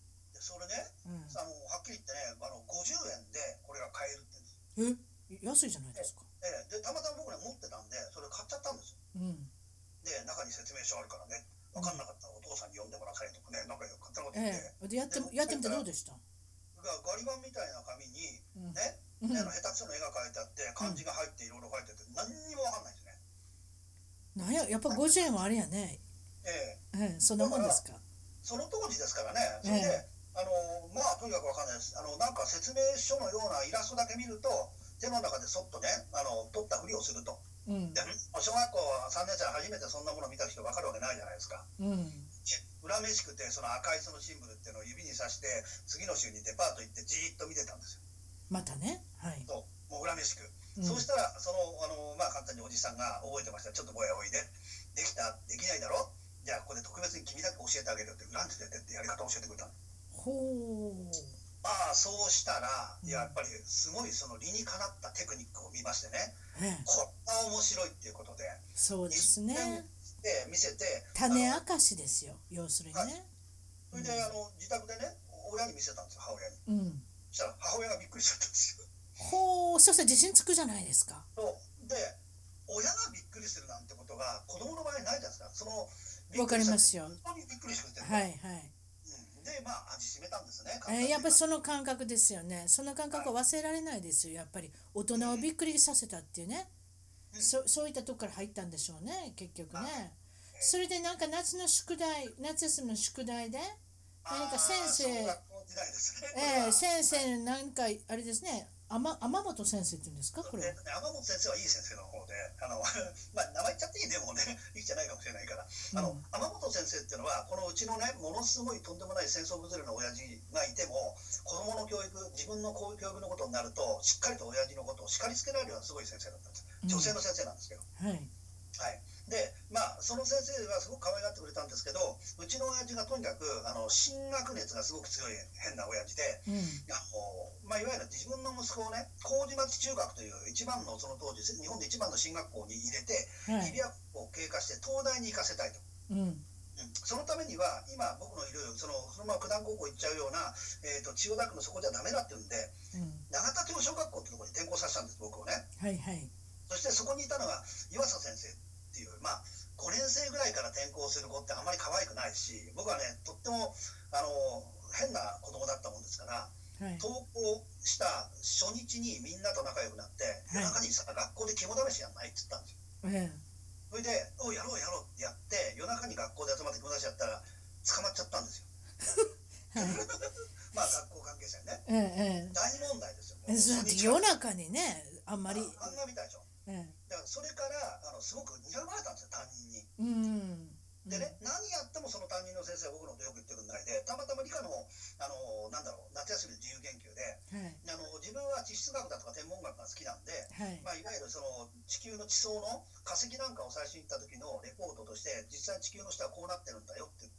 それね、うん、あのはっきり言ってね、あのごじゅうえんでこれが買えるって言うんです。え、安いじゃないですか。 ええ、でたまたま僕ね持ってたんでそれ買っちゃったんですよ、うん、で中に説明書あるからね、分かんなかったらお父さんに読んでもらいとかね、なんか勝手なこと言って、 ええ、でやってやってみてどうでした？ ガリ版みたいな紙にね、うん、あの下手くその絵が描いてあって漢字が入っていろいろ書いてて何にも分かんないですね。 なんや、やっぱごじゅうえんはあれやね。ええ、ええ、そんなもんですか。 その当時ですからね。それで、ええ、あのまあとにかく分かんないです。あのなんか説明書のようなイラストだけ見ると手の中でそっとね、あの撮ったふりをすると、うん、で小学校さんねん生初めてそんなものを見た人分かるわけないじゃないですか、うん、恨めしくてその赤いそのシンボルっていうのを指にさして次の週にデパート行ってじーっと見てたんですよ。 またね、はい、 そうもう恨めしく、うん、そうしたらそのあの、まあ、簡単におじさんが覚えてました。ちょっとぼやおいでできたできないだろ、じゃあここで特別に君だけ教えてあげるよって恨んでてってやり方を教えてくれたの。ほう。まあそうしたらやっぱりすごいその理にかなったテクニックを見ましてね、うん、こんな面白いっていうことで、 そうですね、 で見せて種明かしですよ、要するにね、はい、 それであの自宅でね親に見せたんですよ、母親に、うん、そしたら母親がびっくりしちゃったんですよ。 ほう、そしたら自信つくじゃないですか。 そうで親がびっくりするなんてことが子供の場合ないじゃないですか。そのわかりますよ。 本当にびっくりしてくれてる、 はいはい、 でまあ味しめたんですね。 えー、やっぱりその感覚ですよね。その感覚は忘れられないですよ。やっぱり大人をびっくりさせたっていうね、うん、そ, そういったとこから入ったんでしょうね、結局ね。それでなんか夏の宿題、夏休みの宿題で何か先生、えー、先生なんかあれですね、天本先生って言うんですか、これ。 天本先生はいい先生の方で、あのまあ名前言っちゃっていいね、もうね、生きてないかもしれないから、あの、うん、天本先生っていうのはこのうちのねものすごいとんでもない戦争崩れの親父がいても子供の教育、自分の教育のことになるとしっかりと親父のことを叱りつけられるようなすごい先生だったんです。女性の先生なんですけど、うん、はい、はい、でまあその先生はすごく可愛がってくれたんですけど、うちの親父がとにかくあの進学熱がすごく強い変な親父で、うん、あのまあ、いわゆる自分の息子をね麹町中学という一番のその当時日本で一番の進学校に入れて、はい、日比谷を経過して東大に行かせたいと、うんうん、そのためには今僕のいるそのそのまま九段高校行っちゃうような、えー、と千代田区のそこじゃダメだっていうんで、うん、永田町小学校ってところに転校させたんです、僕をね。はいはい、そしてそこにいたのが湯浅先生っていう、まあごねん生ぐらいから転校する子ってあんまり可愛くないし、僕はねとってもあの変な子供だったもんですから、はい、登校した初日にみんなと仲良くなって、はい、夜中にさ学校で肝試しやんないって言ったんですよ、ええ、それでおやろうやろうってやって夜中に学校で集まって肝試しやったら捕まっちゃったんですよはい、まあ学校関係者にね、ええ、大問題ですよ。 夜中にねあんまり漫画みたいでしょ、ええ、だからそれからあのすごく睨まれたんですよ、担任に。うんでね、うん、何やってもその担任の先生は僕のことよく言ってくんないで、たまたま理科の、あのなんだろう夏休みの自由研究で、はい、あの自分は地質学だとか天文学が好きなんで、はいまあ、いわゆるその地球の地層の化石なんかを最初に行った時のレポートとして実際地球の下はこうなってるんだよって言って、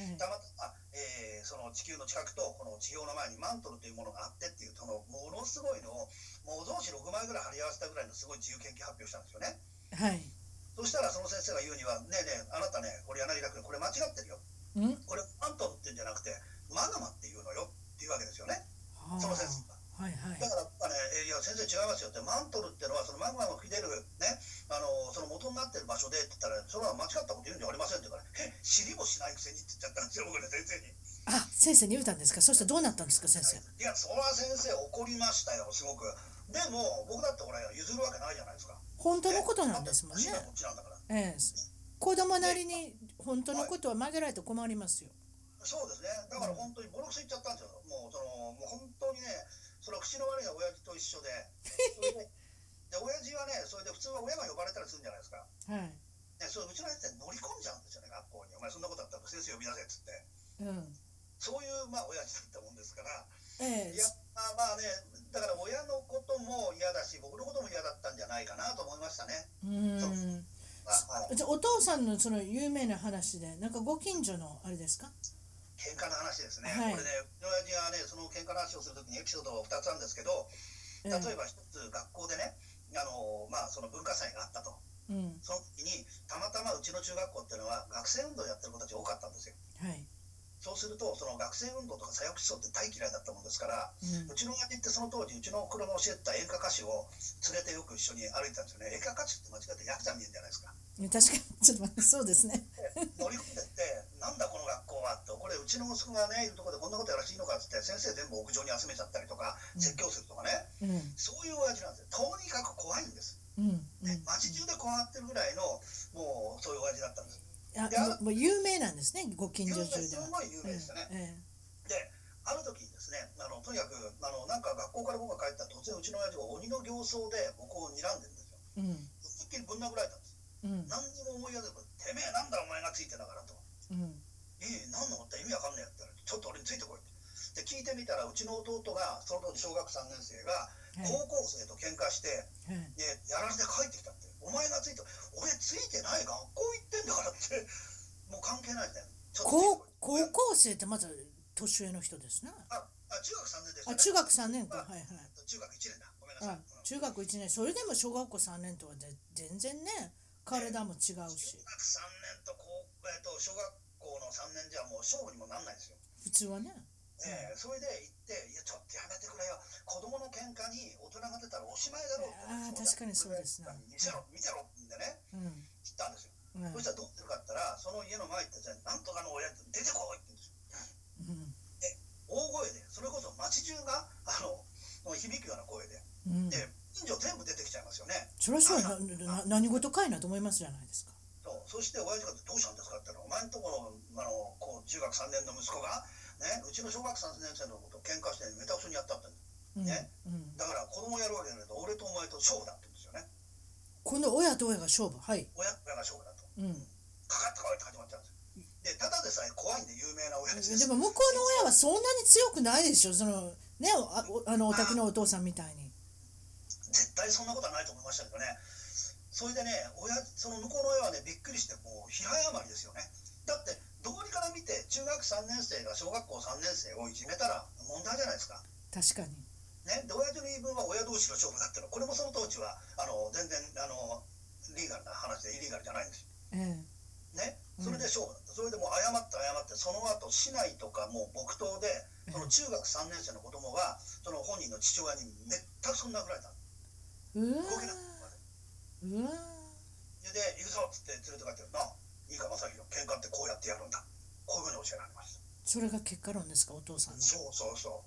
はい、たまたま、えー、その地球の近くとこの地表の前にマントルというものがあってっていうそのものすごいのを模造紙ろくまいぐらい貼り合わせたぐらいのすごい自由研究発表したんですよね。はいそしたらその先生が言うには、ねえねえ、あなたね、これ柳田君、これ間違ってるよ。んこれマントルって言うんじゃなくて、マグマっていうのよっていうわけですよね。その先生が。はいはい、だからね、いや、先生違いますよって、マントルっていうのは、そのマグマが吹き出る、ね、あのその元になってる場所でって言ったら、それは間違ったこと言うんじゃありませんって言うから、え、知りもしないくせにって言っちゃったんですよ、僕ね、先生に。 あ、先生に言うたんですか。そしたらどうなったんですか、先生。いや、それは先生怒りましたよ、すごく。でも、僕だってこれ、譲るわけないじゃないですか。 本当のことなんですもんね。ええ、子供なりに本当のことは曲げられて困りますよ。 そうですね。だから本当にボロクソ言っちゃったんですよ。もうそのもう本当にね、それは口の悪い親父と一緒で、それで、で親父はね、それで普通は親が呼ばれたりするんじゃないですか。はい。ね、それうちの先生乗り込んじゃうんですよね、学校に。お前そんなことあったら先生呼び出せっつって。うん。そういうまあ親父だったもんですから。ええ。いやまあまあね、だから親のことも嫌だし、僕のことも嫌だったんじゃないかなと思いましたね。うん。じゃお父さんのその有名な話で、なんかご近所のあれですか？ 喧嘩の話ですね。はい、これね、うちの親父がね、その喧嘩の話をするときにエピソードふたつあるんですけど、例えばひとつ学校でね、あのまあその文化祭があったと。うん、その時にたまたまうちの中学校っていうのは学生運動をやってる子たち多かったんですよ。はい。 そうするとその学生運動とか左翼思想って大嫌いだったもんですから、うん、うちの親父ってその当時うちのおふくろが教えてた演歌歌手を連れてよく一緒に歩いてたんですよね。演歌歌手って間違ってヤクザ見えるじゃないですか。 確かにちょっと待ってそうですね乗り込んでってなんだこの学校はって、これうちの息子がねいるところでこんなことやらしいのかって先生全部屋上に集めちゃったりとか、うん、説教するとかね、うん、そういう親父なんですよ。とにかく怖いんです、うんうん、街中で怖がってるぐらいのもうそういう親父だったんです。 あもう有名なんですね、ご近所中では。 すごい有名ですよね、ええ、である時にですね、あのとにかくあのなんか学校から僕が帰ったら突然うちの親父が鬼の形相で僕を睨んでるんですよ、うん、すっきりぶん殴られたんです、うん、何にも思い出せず、てめえなんだお前がついてながらと、うん、ええ何のこと意味わかんねえやったらちょっと俺についてこいってで聞いてみたら、うちの弟がその当時小学さんねん生が高校生と喧嘩して、はい、でやられて帰ってきたって、お前がついて俺ついてない学校行ってんだからってもう関係ないですね。 高, 高校生ってまず年上の人ですね。 ああ中学さんねんですね。 あ中学さんねんか、はいはい。 中学いちねんだ。ごめんなさい。 中学いちねん、それでも小学校さんねんとはで全然ね体も違うし。 中学さんねんと高、えー、と小学校のさんねんじゃもう勝負にもなんないですよ。 普通はね。 えー、それで行っていやちょっとやめてくれよ。子供の喧嘩に大人が出たらおしまいだろうと。 ああ確かにそうですね。 見せろ見せろってね、うん、言ったんですよ。うん、そしたらどうするかって言ったら、その家の前行ってじゃなんとかの親に出てこいって言うんですよ、うん、で大声で、それこそ街中があの響くような声で、うん、で近所全部出てきちゃいますよね。 それはそうな何事かいなと思いますじゃないですか。 そうそして親父がどうしたんですかって言ったら、お前んところの、あのこう中学さんねんの息子が、ね、うちの小学さんねん生のことを喧嘩してめたくそにやったって、ねうんうん、だから子供やるわけじゃないと俺とお前と勝負だって言うんですよね。 この親と親が勝負、はい、 親親が勝負だと、うん、かかってこいって始まっちゃうんですよ。でただでさえ怖いんで有名な親父です。 でも向こうの親はそんなに強くないでしょ、そのねああのお宅のお父さんみたいに。 絶対そんなことはないと思いましたけどね。それでね、親その向こうの親はねびっくりしてもう平謝りですよね。だってどこにから見て中学さんねん生が小学校さんねん生をいじめたら問題じゃないですか。 確かに。 ね、で親父の言い分は親同士の勝負だっての、これもその当時はあの全然あのリーガルな話でイリーガルじゃないんですよ、ええね、それで勝負だった、うん、それでもう謝って謝ってその後市内とかもう木刀でその中学さんねん生の子供がその本人の父親にめったくそんな殴られた。 うわーうわーで行くぞっつって連れて帰ってるな、いいか正弘喧嘩ってこうやってやるんだ、こういうふうに教えられました。 それが結果論ですか、お父さんの。 そうそうそう、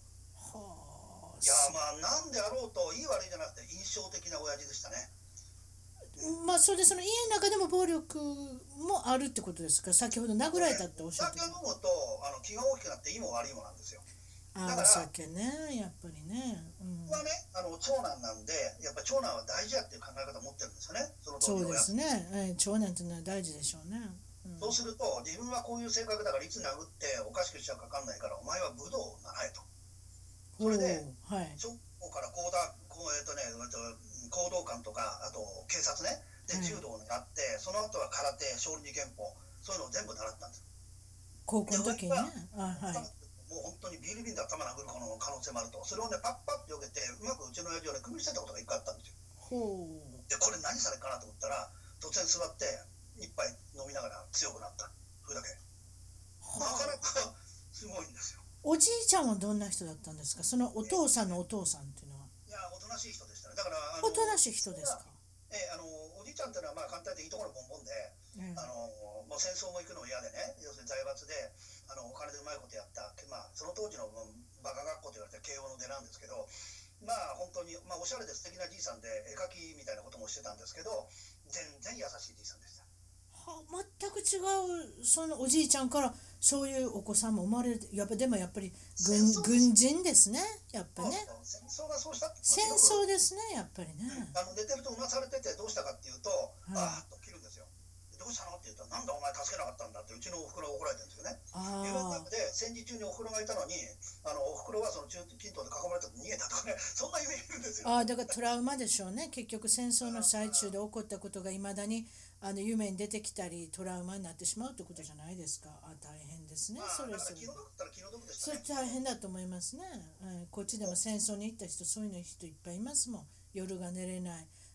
はあいやまあなんであろうといい悪いじゃなくて印象的な親父でしたね。 まあそれでその家の中でも暴力もあるってことですか。先ほど殴られたっておっしゃってた。 酒飲むとあの気が大きくなっていいも悪いもなんですよ。 ああお酒ねやっぱりね。 うん、僕はねあの長男なんでやっぱ長男は大事やっていう考え方を持ってるんですよね。そのそうですね、えー、長男っていうのは大事でしょうね。 うん、そうすると自分はこういう性格だからいつ殴っておかしくしちゃうか分かんないからお前は武道を習えと。それで、はい、小学校から講談、えーとね、講道館とかあと警察ねで柔道を習って、はい、その後は空手少林寺拳法そういうのを全部習ったんです。 高校の時にねあ、はい、 もう本当にビリビリで頭殴る可能性もあると、それをねパッパッと避けてうまくうちの親父をね組み捨てたことが一回あったんですよ。ほうでこれ何されるかなと思ったら突然座って一杯飲みながら強くなった、それだけ。なかなかすごいんですよ。 おじいちゃんはどんな人だったんですか、そのお父さんのお父さんっていうのは。 いやおとなしい人でしたね。だからあのおとなしい人ですか。 えー、あのおじいちゃんっていうのはまあ簡単に言っていいところボンボンで、えー、あのもう戦争も行くの嫌でね、要するに財閥であのお金でうまいことやった、まあ、その当時のバカ学校と言われた慶応の出なんですけど、まあ本当に、まあ、おしゃれで素敵なじいさんで絵描きみたいなこともしてたんですけど全然優しいじいさんでした。 は全く違うそのおじいちゃんからそういうお子さんも生まれる。やっぱでもやっぱり 軍, 軍人ですねやっぱね。 戦争がそうしたって戦争ですねやっぱりね。 あの寝てるとうなされててどうしたかっていうと、はい、あーっと起きるんですよ。どうしたのって言ったらなんだお前助けなかったんだってうちのおふくろが怒られてるんですよね。夢の中で戦時中におふくろがいたのにあのおふくろはその中近東で囲まれたと逃げたとかね、そんな夢見るんですよ。 ああだからトラウマでしょうね。結局戦争の最中で起こったことがいまだにあの夢に出てきたりトラウマになってしまうってことじゃないですか。あ大変ですね、 まあ、 それそれ気の毒ったら気の毒でしたね。それ大変だと思いますね、うん、こっちでも戦争に行った人そういうの人いっぱいいますもん。夜が寝れない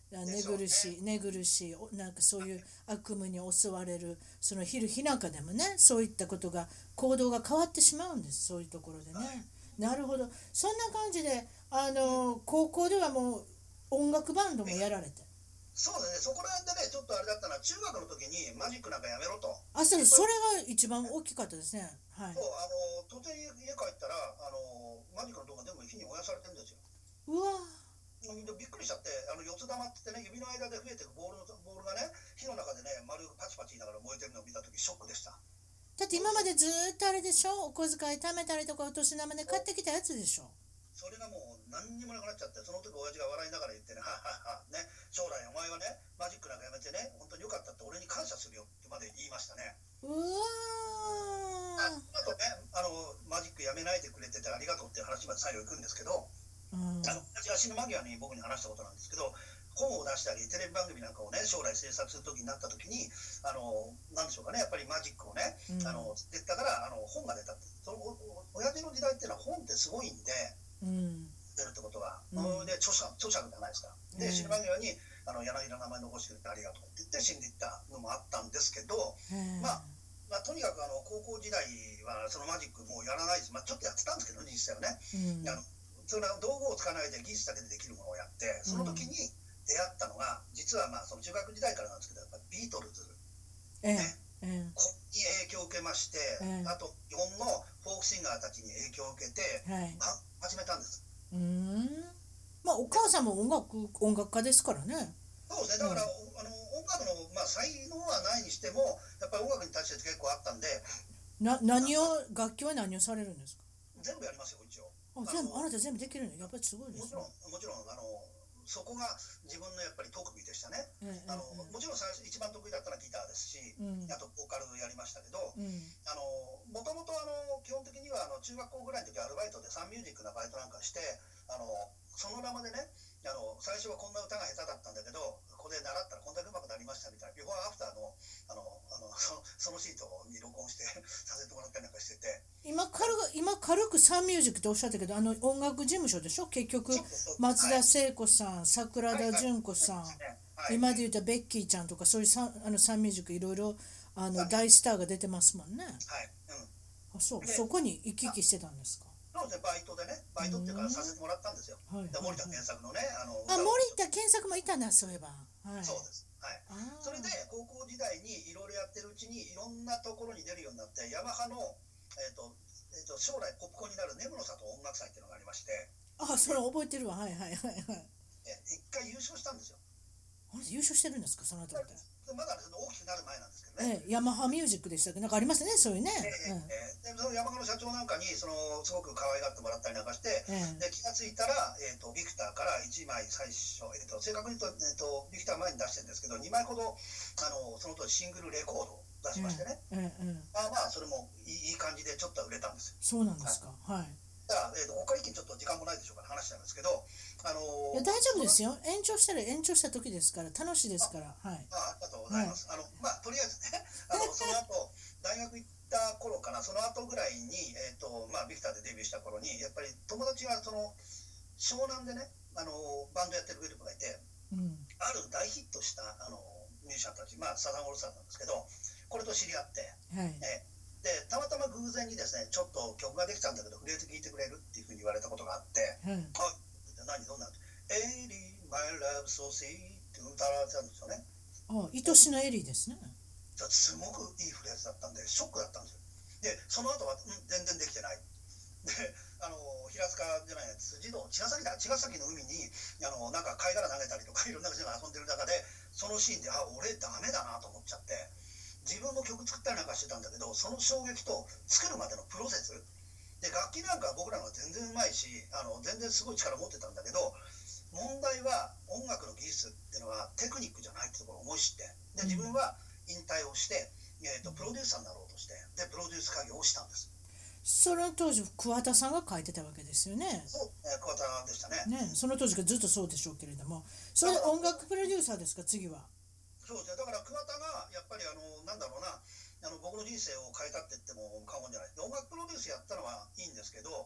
寝苦しい、寝苦しい、なんかそういう悪夢に襲われる、その昼日中でもね、そういったことが、行動が変わってしまうんです、そういうところでね。はい、なるほど、そんな感じで、あの、高校ではもう音楽バンドもやられて。 そうだね、そこら辺でね、ちょっとあれだったのは、中学の時にマジックなんかやめろと。 あ、そう、それが一番大きかったですね。はい。 そう、あの、突然家帰ったら、あの、マジックの動画全部火に燃やされてるんですよ。 うわびっくりしちゃって、あの四つ玉って言ってね、指の間で増えてるボールのボールがね、火の中でね、丸パチパチ言いながら燃えてるのを見たとき、ショックでした。 だって今までずっとあれでしょ、お小遣い貯めたりとか、お年玉で買ってきたやつでしょ。 それがもう何にもなくなっちゃって、その時親父が笑いながら言ってね、ははは、ね、将来お前はね、マジックなんかやめてね、本当によかったって俺に感謝するよってまで言いましたね。 うわああとね、あの、マジックやめないでくれててありがとうっていう話まで最後行くんですけど、うん、あの私が死ぬ間際に僕に話したことなんですけど、本を出したりテレビ番組なんかをね将来制作する時になった時に、あのなんでしょうかね、やっぱりマジックをね、うん、あの出たからあの本が出たって、その親父の時代っていうのは本ってすごいんで、うん、出るってことは、うん、で著者著者じゃないですか。で、うん、死ぬ間際にあの柳の名前残してくれてありがとうって言って死んでいったのもあったんですけど、まあまあ、とにかくあの高校時代はそのマジックもうやらないです、まあ、ちょっとやってたんですけど、実際はね、うん、あのそれは道具を使わないで技術だけでできるものをやって、その時に出会ったのが、実はまあその中学時代からなんですけど、やっぱビートルズ、ね、ええ、ここに影響を受けまして、ええ、あと日本のフォークシンガーたちに影響を受けて、はい、始めたんです。 うーん、まあお母さんも音楽音楽家ですからね。 そうですね、だから、うん、あの音楽の、まあ、才能はないにしても、やっぱり音楽に対して結構あったんで。 な何を楽器は何をされるんですか？ 全部やりますよ、一応。 あ、全部、あなた全部できるの？やっぱりすごいですね。 もちろん、もちろん、あの、そこが自分のやっぱり特技でしたね。ええ、あの、ええ、もちろん最初一番得意だったのはギターですし、うん、あとボーカルやりましたけど、うん、あの、もともとあの、基本的にはあの中学校ぐらいの時アルバイトでサンミュージックなバイトなんかして、あの、その名までね、あの、最初はこんな歌が下手だったんだけど、ここで習ったらこんだけ上手くなりましたみたいな、ビフォーアフターの、あの、あのそ, そのシートに録音してさせてもらったりなんかしてて。 今軽く、今軽くサンミュージックっておっしゃったけど、あの音楽事務所でしょ結局。松田聖子さん、桜田淳子さん、はいはい、今で言うとベッキーちゃんとか、そういうサン、あのサンミュージックいろいろあの大スターが出てますもんね。はい、うん、あ、そう、そこに行き来してたんですか？ そうですね、バイトでね、バイトっていうかさせてもらったんですよ。はい、で森田健作のね、あのあ、森田健作もいたな、そういえば。 はい、そうです。はい。それで高校時代にいろいろやってるうちにいろんなところに出るようになって、ヤマハの、えーとえー、と将来ポップコーンになる根室里音楽祭っていうのがありまして、 あ、それ覚えてるわ。はいはいはいはい。 え一回優勝したんですよ。 あれ優勝してるんですか、その後って。 まだその大きくなる前なんですけどね。 ええ、ヤマハミュージックでしたっけ、なんかありますね、そういうね。 ええええ、でそのヤマハの社長なんかにそのすごく可愛がってもらったりなんかして、ええ、で気がついたら、えー、とビクターからいちまい最初、えー、と正確に言うと、えー、とビクター前に出してるんですけど、にまいほどあのその当時シングルレコードを出しましてね、ええええ、まあまあそれもいい感じでちょっと売れたんですよ。そうなんですか。はい、はい、 だから、えー、とここから一気にちょっと時間もないでしょうから話しちゃいますけど、あのー、いや大丈夫ですよ。延長したら延長した時ですから楽しいですから。はい。 あ、ありがとうございます。はい、あのまあとりあえずね、あのその後大学行った頃かな、その後ぐらいにえっ、ー、とまあビクターでデビューした頃にやっぱり友達がその湘南でね、あのバンドやってるグループがいて、うん、ある大ヒットしたあのミュージシャンたち、まあサザンオールスターなんですけど、これと知り合って、はい、えでたまたま偶然にですね、ちょっと曲ができたんだけどフレーズ聴いてくれるっていうふうに言われたことがあって、うん、あ、何どんなエリー、マイラブ、ソーシーって歌われてたんですよね。 あ、愛しのエリーですね。 すごくいいフレーズだったんで、ショックだったんですよ。で、その後は、うん、全然できてない。で、あの、平塚じゃないやつ、辻堂、茅ヶ崎だ、茅ヶ崎の海に、あの、なんか貝殻投げたりとか、いろんな人が遊んでる中で、そのシーンで、あ、俺ダメだなと思っちゃって、自分も曲作ったりなんかしてたんだけど、その衝撃と作るまでのプロセス、で、楽器なんか僕らのは全然うまいし、あの、全然すごい力持ってたんだけど、問題は音楽の技術っていうのはテクニックじゃないってところを思い知って、で自分は引退をして、えー、とプロデューサーになろうとして、でプロデュース会議をしたんです。 その当時桑田さんが書いてたわけですよね。 そう、えー、桑田でしたね。 ね、その当時からずっとそうでしょうけれども、それ音楽プロデューサーですか、次は。 そうですね、だから桑田がやっぱりあのなんだろうな、あの僕の人生を変えたって言っても過言じゃない。で音楽プロデュースやったのはいいんですけど、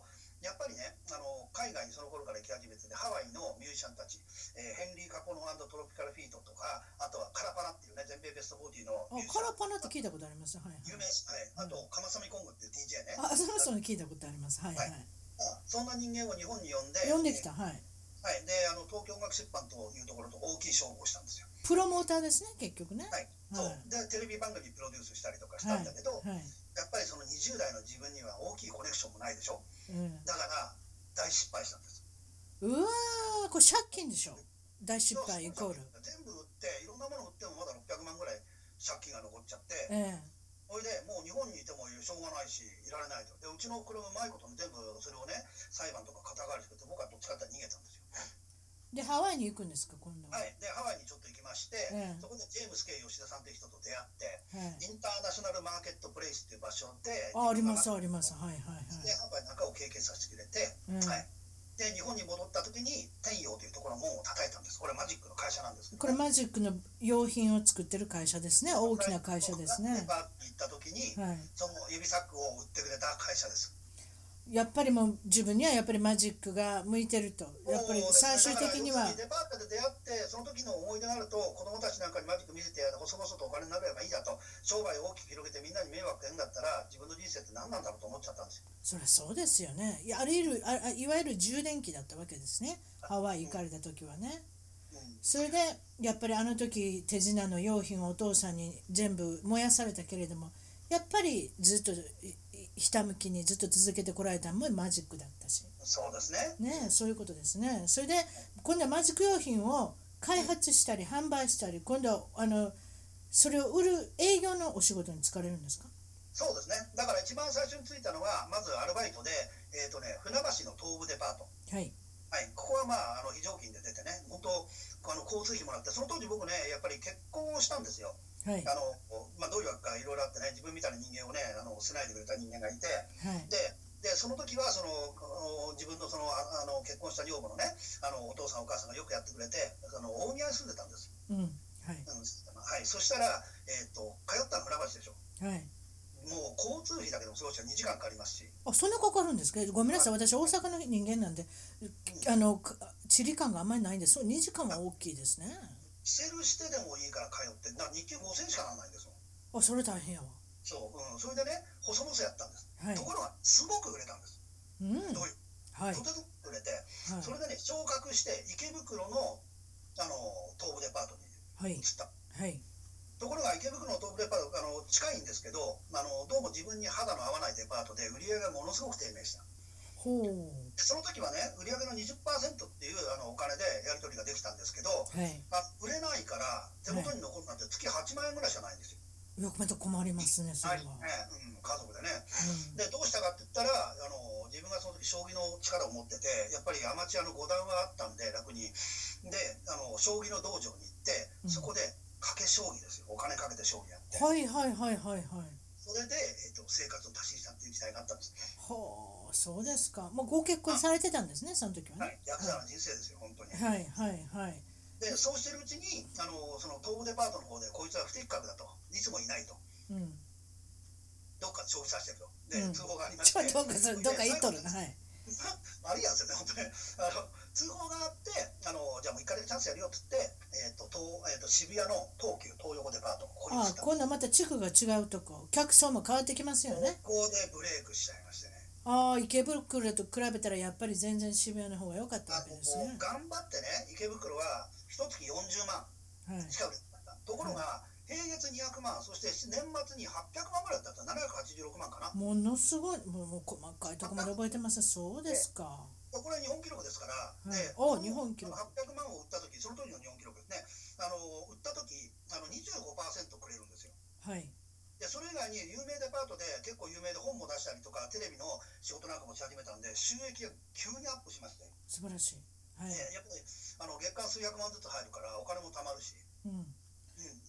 やっぱりね、あの海外にその頃から行き始めてて、ハワイのミュージシャンたち、えー、ヘンリー・カポノ&トロピカル・フィートとか、あとはカラパナっていうね、全米ベストフォーティーのミュージシャン。 あ、カラパナって聞いたことあります。はい、はい、 有名です。はい。あと、カマサミコングっていう ディージェー ね。 あ、その人に聞いたことあります。はい、はい。はい、 そんな人間を日本に呼んで、 呼んできた。はい。 はい、で、あの東京音楽出版というところと大きい勝負をしたんですよ。 プロモーターですね、結局ね。 はい。そう。で、テレビ番組プロデュースしたりとかしたんだけど、はいはい、やっぱりそのにじゅう代の自分には大きいコネクションもないでしょ。うん、だから大失敗したんです。 うわー、これ借金でしょ。大失敗イコール。 全部売って、いろんなもの売ってもまだろっぴゃくまんぐらい借金が残っちゃって、ええ、それでもう日本にいてもしょうがないし、いられないと。で、うちのこれもうまいことに全部それをね、裁判とか肩代わりしてて、僕はどっちかって逃げたんですよ。 で、ハワイに行くんですか、今度は。 はい。で、ハワイにちょっと行きまして、ええ、そこでジェームス・ケイ・吉田さんという人と出会って、ええ、インターナショナルマーケットプレイスっていう場所で、 あ、あります、あります。はいはいはい。 で、ハワイなんかを経験させてくれて、ええ、はい。で、日本に戻った時に天陽というところの門を叩いたんです。これマジックの会社なんですけど、ね、 これマジックの用品を作ってる会社ですね。大きな会社ですね。 バーに行った時に、はい、その指サックを売ってくれた会社です。 やっぱりもう自分にはやっぱりマジックが向いてると。やっぱり最終的には、 ね、デパートで出会ってその時の思い出があると、子供たちなんかにマジック見せて細々とお金になればいいだと、商売を大きく広げてみんなに迷惑かけるんだったら自分の人生って何なんだろうと思っちゃったんですよ。 そりゃそうですよね。いや、あるいるあいわゆる充電器だったわけですね、ハワイ行かれた時はね。うんうん、それでやっぱりあの時手品の用品をお父さんに全部燃やされたけれども、やっぱりずっとひたむきにずっと続けてこられたのもマジックだったし。 そうですね。 ね、そういうことですね。それで今度はマジック用品を開発したり販売したり、今度はあのそれを売る営業のお仕事に就かれるんですか？ そうですね。だから一番最初に就いたのはまずアルバイトで、えーとね、船橋の東武デパート。はい。はい、ここはまああの非常勤で出てね、本当あの交通費もらって、その当時僕ねやっぱり結婚をしたんですよ。はい、あのまあ、どういうわけかいろいろあってね、自分みたいな人間をねあの捨てないでくれた人間がいて、はい、ででその時はその自分のそのあの結婚した女房のねあのお父さんお母さんがよくやってくれて、あの大宮に住んでたんです。うんはい、はい、そしたら、えー、と通ったの船橋でしょ。はい、もう交通費だけでもそうしたらにじかんかかりますし。 あ、そんなかかるんですか？ごめんなさい、私大阪の人間なんで、うん、あの地理感があんまりないんで、そうにじかんは大きいですね。 してるしてでもいいから通って、だ日給ごせんしかならないんですよ。 あ、それ大変やわ。 そう、うん、それでね細々やったんです、はい、ところがすごく売れたんです。うん、どういう、はい、とても売れて、はい、それでね昇格して池袋のあの東武デパートに移った。はいはい、ところが池袋の東武デパートあの近いんですけど、あのどうも自分に肌の合わないデパートで売り上げがものすごく低迷した。ほうでその時はね売上の にじゅっパーセント っていうあのお金でやり取りができたんですけど、はい、あ売れないから手元に残るなんて月はちまんえんぐらいしかないんですよ。 よくまた困りますね、それは。 はいねうん、家族でね、うん、でどうしたかって言ったらあの自分がその時将棋の力を持ってて、やっぱりアマチュアの五段はあったんで楽にであの将棋の道場に行って、うん、そこで賭け将棋ですよ、お金かけて将棋やって、 はいはいはいはいはい、 それで、えー、と生活を足ししたっていう時代があったんですね。 はあ、そうですか。もうご結婚されてたんですね、その時はね。 はい、ヤクザの人生ですよ、本当に。 はいはいはい。 で、そうしてるうちに、あのその東武デパートの方で、こいつは不適格だと、いつもいないと。うん。どっかで消費させてると。で、うん、通報がありまして。 ちょっとどっか、どっか言っとるな、はい。 ありやんですよね、本当に。あの通報があって、あのじゃあもういっかげつチャンスやるよって言って、えーと東えー、と渋谷の東急東横デパート、ここにああ、今度はまた地区が違うとこ、客層も変わってきますよね。 ここでブレイクしちゃいましてね。 ああ、池袋と比べたらやっぱり全然渋谷の方が良かったわけですね。 頑張ってね、池袋は一月よんじゅうまんしか売れなかった。はい、ところが、はい、平月にひゃくまん、そして年末にはっぴゃくまんぐらいだったらななひゃくはちじゅうろくまんかな。 ものすごい、もう、もう細かいところまで覚えてます。そうですか。 これは日本記録ですから、 はい、お日本記録はっぴゃくまんを売ったとき、その当時の日本記録ですね、あの売ったときあの にじゅうごパーセント くれるんですよ。はい、でそれ以外に有名デパートで結構有名で本も出したりとかテレビの仕事なんかもし始めたんで、収益が急にアップしまして、 素晴らしい。はい、 やっぱりあの月間数百万ずつ入るからお金も貯まるし、うんうん、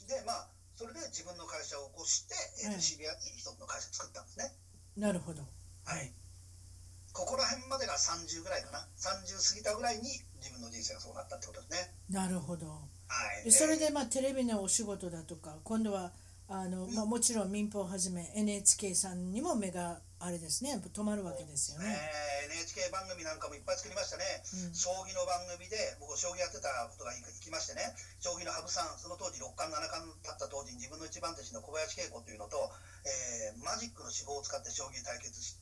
でまあそれで自分の会社を起こして、えーと、渋谷に一つの会社作ったんですね。 なるほど。 はい、ここら辺までがさんじゅうぐらいかな、さんじゅう過ぎたぐらいに自分の人生がそうなったってことですね。 なるほど。はい、でそれでまあテレビのお仕事だとか、今度はあの、まあ、もちろん民放をはじめ エヌエイチケー さんにも目があれですね、止まるわけですよね。 えー、エヌエイチケー 番組なんかもいっぱい作りましたね、うん、将棋の番組で僕将棋やってたことがいきましてね、将棋の羽生さん、その当時六冠七冠だった当時に自分の一番弟子の小林恵子というのと、えー、マジックの手法を使って将棋対決して、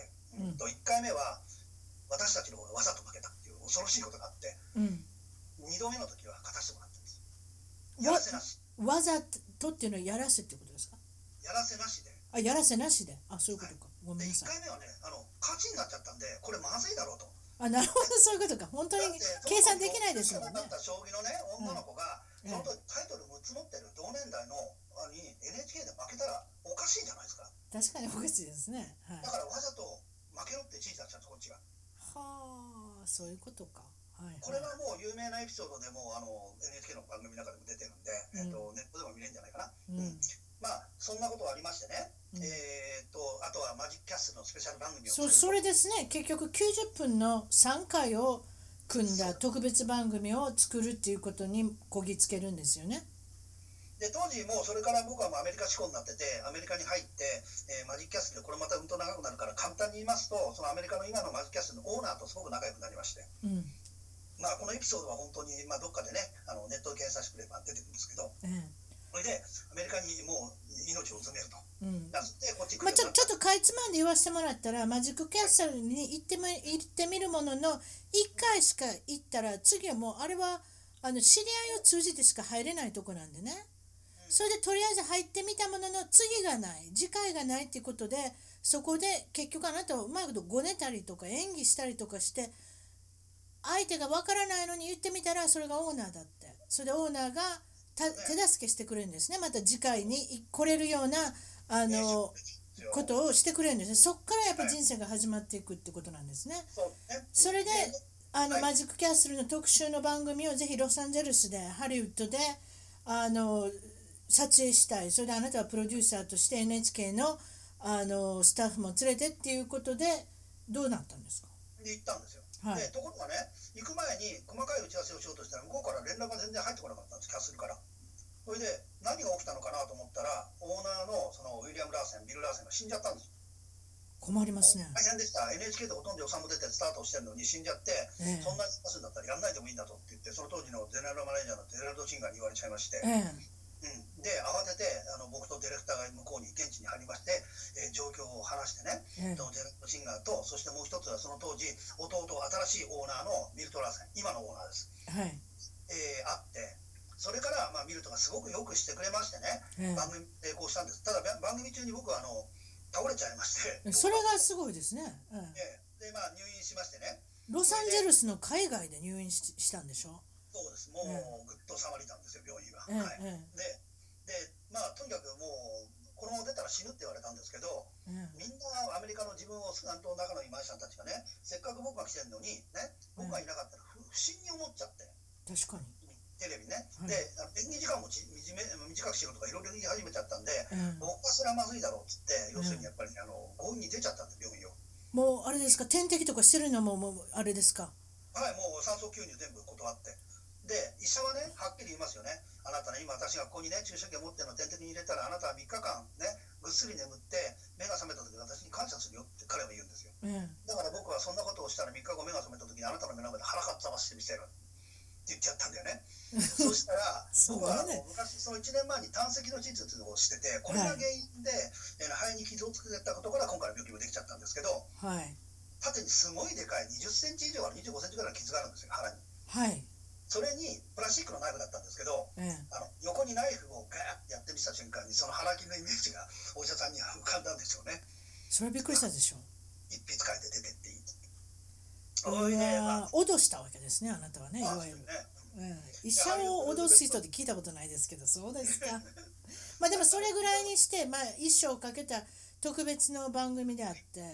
うん、といっかいめは私たちの方がわざと負けたっていう恐ろしいことがあって、うん、にどめの時は勝たせてもらったんです。やらせなし。 わざとっていうのはやらせってことですか？ やらせなしで。 あ、やらせなしで。あ、そういうことか。はい、ごめんなさい。 いっかいめはね、あの勝ちになっちゃったんで、これまずいだろうと。 あ、なるほど、そういうことか。本当に計算できないですもんね。 だった将棋のね、女の子が、うん、その時タイトルむっつ持ってる同年代のに エヌエイチケー で負けたらおかしいじゃないですか。 確かにおかしいですね。 はい、だからわざと負けろって指示だったんです、こっちが。 はあ、そういうことか。はいはい、 これはもう有名なエピソードでもあの エヌエイチケー の番組の中でも出てるんで、うん、えー、とネットでも見れるんじゃないかな。うんうん、まあそんなことがありましてね、うん、えー、とあとはマジックキャッスルのスペシャル番組を作る。 そ, それですね、結局きゅうじゅっぷんのさんかいを組んだ特別番組を作るっていうことにこぎつけるんですよね。 で当時もうそれから僕はもうアメリカ志向になっててアメリカに入って、えー、マジックキャッスルでこれまたうんと長くなるから簡単に言いますと、そのアメリカの今のマジックキャッスルのオーナーとすごく仲良くなりまして、うん、まあこのエピソードは本当に、まあ、どっかでねあのネットで検索してくれば出てくるんですけど、うん、それでアメリカにもう命をうずめると、うん、だってこっち来る、まあ、ちょ、ちょっとかいつまんで言わせてもらったら、マジックキャッスルに行ってみ、行ってみるもののいっかいしか行ったら次はもうあれはあの知り合いを通じてしか入れないとこなんでね、それでとりあえず入ってみたものの次がない次回がないっていうことで、そこで結局あなたはうまいことごねたりとか演技したりとかして相手がわからないのに言ってみたらそれがオーナーだって、それでオーナーがた手助けしてくれるんですね。また次回に来れるようなあのことをしてくれるんですね。そっからやっぱ人生が始まっていくってことなんですね。それであのマジックキャッスルの特集の番組をぜひロサンゼルスでハリウッドであの撮影したい。それであなたはプロデューサーとして エヌエイチケー の, あのスタッフも連れてっていうことでどうなったんですか？ で行ったんですよ。はい、でところがね、行く前に細かい打ち合わせをしようとしたら向こうから連絡が全然入ってこなかったんです、キャッスルから。それで何が起きたのかなと思ったら、オーナーのそのウィリアム・ラーセン、ビル・ラーセンが死んじゃったんです。 困りますね。 大変でした。 エヌエイチケー でほとんど予算も出てスタートしてるのに死んじゃって、ええ、そんなにするんだったらやんないでもいいんだとって言って、その当時のゼネラルマネージャーのゼラルド・シンガーに言われちゃいまして、ええうん、で慌ててあの僕とディレクターが向こうに現地に入りまして、えー、状況を話してね、うん、ディレクトシンガーと、そしてもう一つはその当時弟新しいオーナーのミルト・ラーセン、今のオーナーです、はいえー、会って、それから、まあ、ミルトがすごくよくしてくれましてね、うん、番組成功したんです。ただ番組中に僕はあの倒れちゃいまして、 それがすごいですね、うん、 で、まあ、入院しましてね、 ロサンゼルスの海外で入院 し, したんでしょ。 そうです、もうぐっと収まりたんですよ、病院は、うんはいうん、で, でまあとにかくもうこのまま出たら死ぬって言われたんですけど、うん、みんなアメリカの自分を担当の中の今井さんたちがね、せっかく僕が来てるのにね、僕がいなかったら不審に思っちゃって、 確かにテレビね、はい、で演技時間もち短くしろとかいろいろ言い始めちゃったんで、うん、僕はそれはまずいだろうっつって、要するにやっぱりあの強引に出ちゃったんで病院を。 もうあれですか、点滴とかしてるのももうあれですか。 はい、もう酸素吸入全部断って、で医者はねはっきり言いますよね。あなたね、今私がここにね注射器を持ってるの点滴に入れたらあなたはみっかかんねぐっすり眠って目が覚めた時私に感謝するよって彼は言うんですよ、うん、だから僕はそんなことをしたらみっかご目が覚めた時にあなたの目の前で腹かっさましてみせるって言っちゃったんだよねそしたら僕はあの昔そのいちねんまえに胆石の手術をしてて、これが原因で、はい、肺に傷をつけたことから今回の病気もできちゃったんですけど、はい、縦にすごいでかいにじゅっセンチ以上からにじゅうごセンチぐらいの傷があるんですよ、腹に。はい。それにプラスチックのナイフだったんですけど、ええ、あの横にナイフをガーッてやってみた瞬間にその腹切りのイメージがお医者さんには浮かんだんでしょうね。 それびっくりしたでしょ。 一筆書いて出てっていいって。 おいね、まあ、脅したわけですね、あなたはね、いわゆる。うん、医者を脅す人って聞いたことないですけど、そうですか。まあでもそれぐらいにして、まあ、一生かけた特別の番組であって、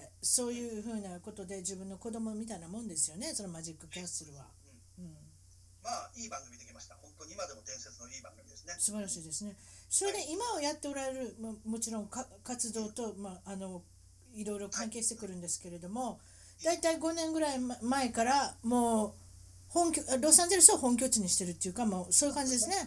そういうふうなことで自分の子供みたいなもんですよね、そのマジックキャッスルは。うんうん、 まあいい番組できました。本当に今でも伝説のいい番組ですね。 素晴らしいですね。それで今をやっておられる、も, もちろんか活動と、まあ、あのいろいろ関係してくるんですけれども、だいたいごねんぐらい前からもう本拠ロサンゼルスを本拠地にしてるっていうか、もうそういう感じですね。 も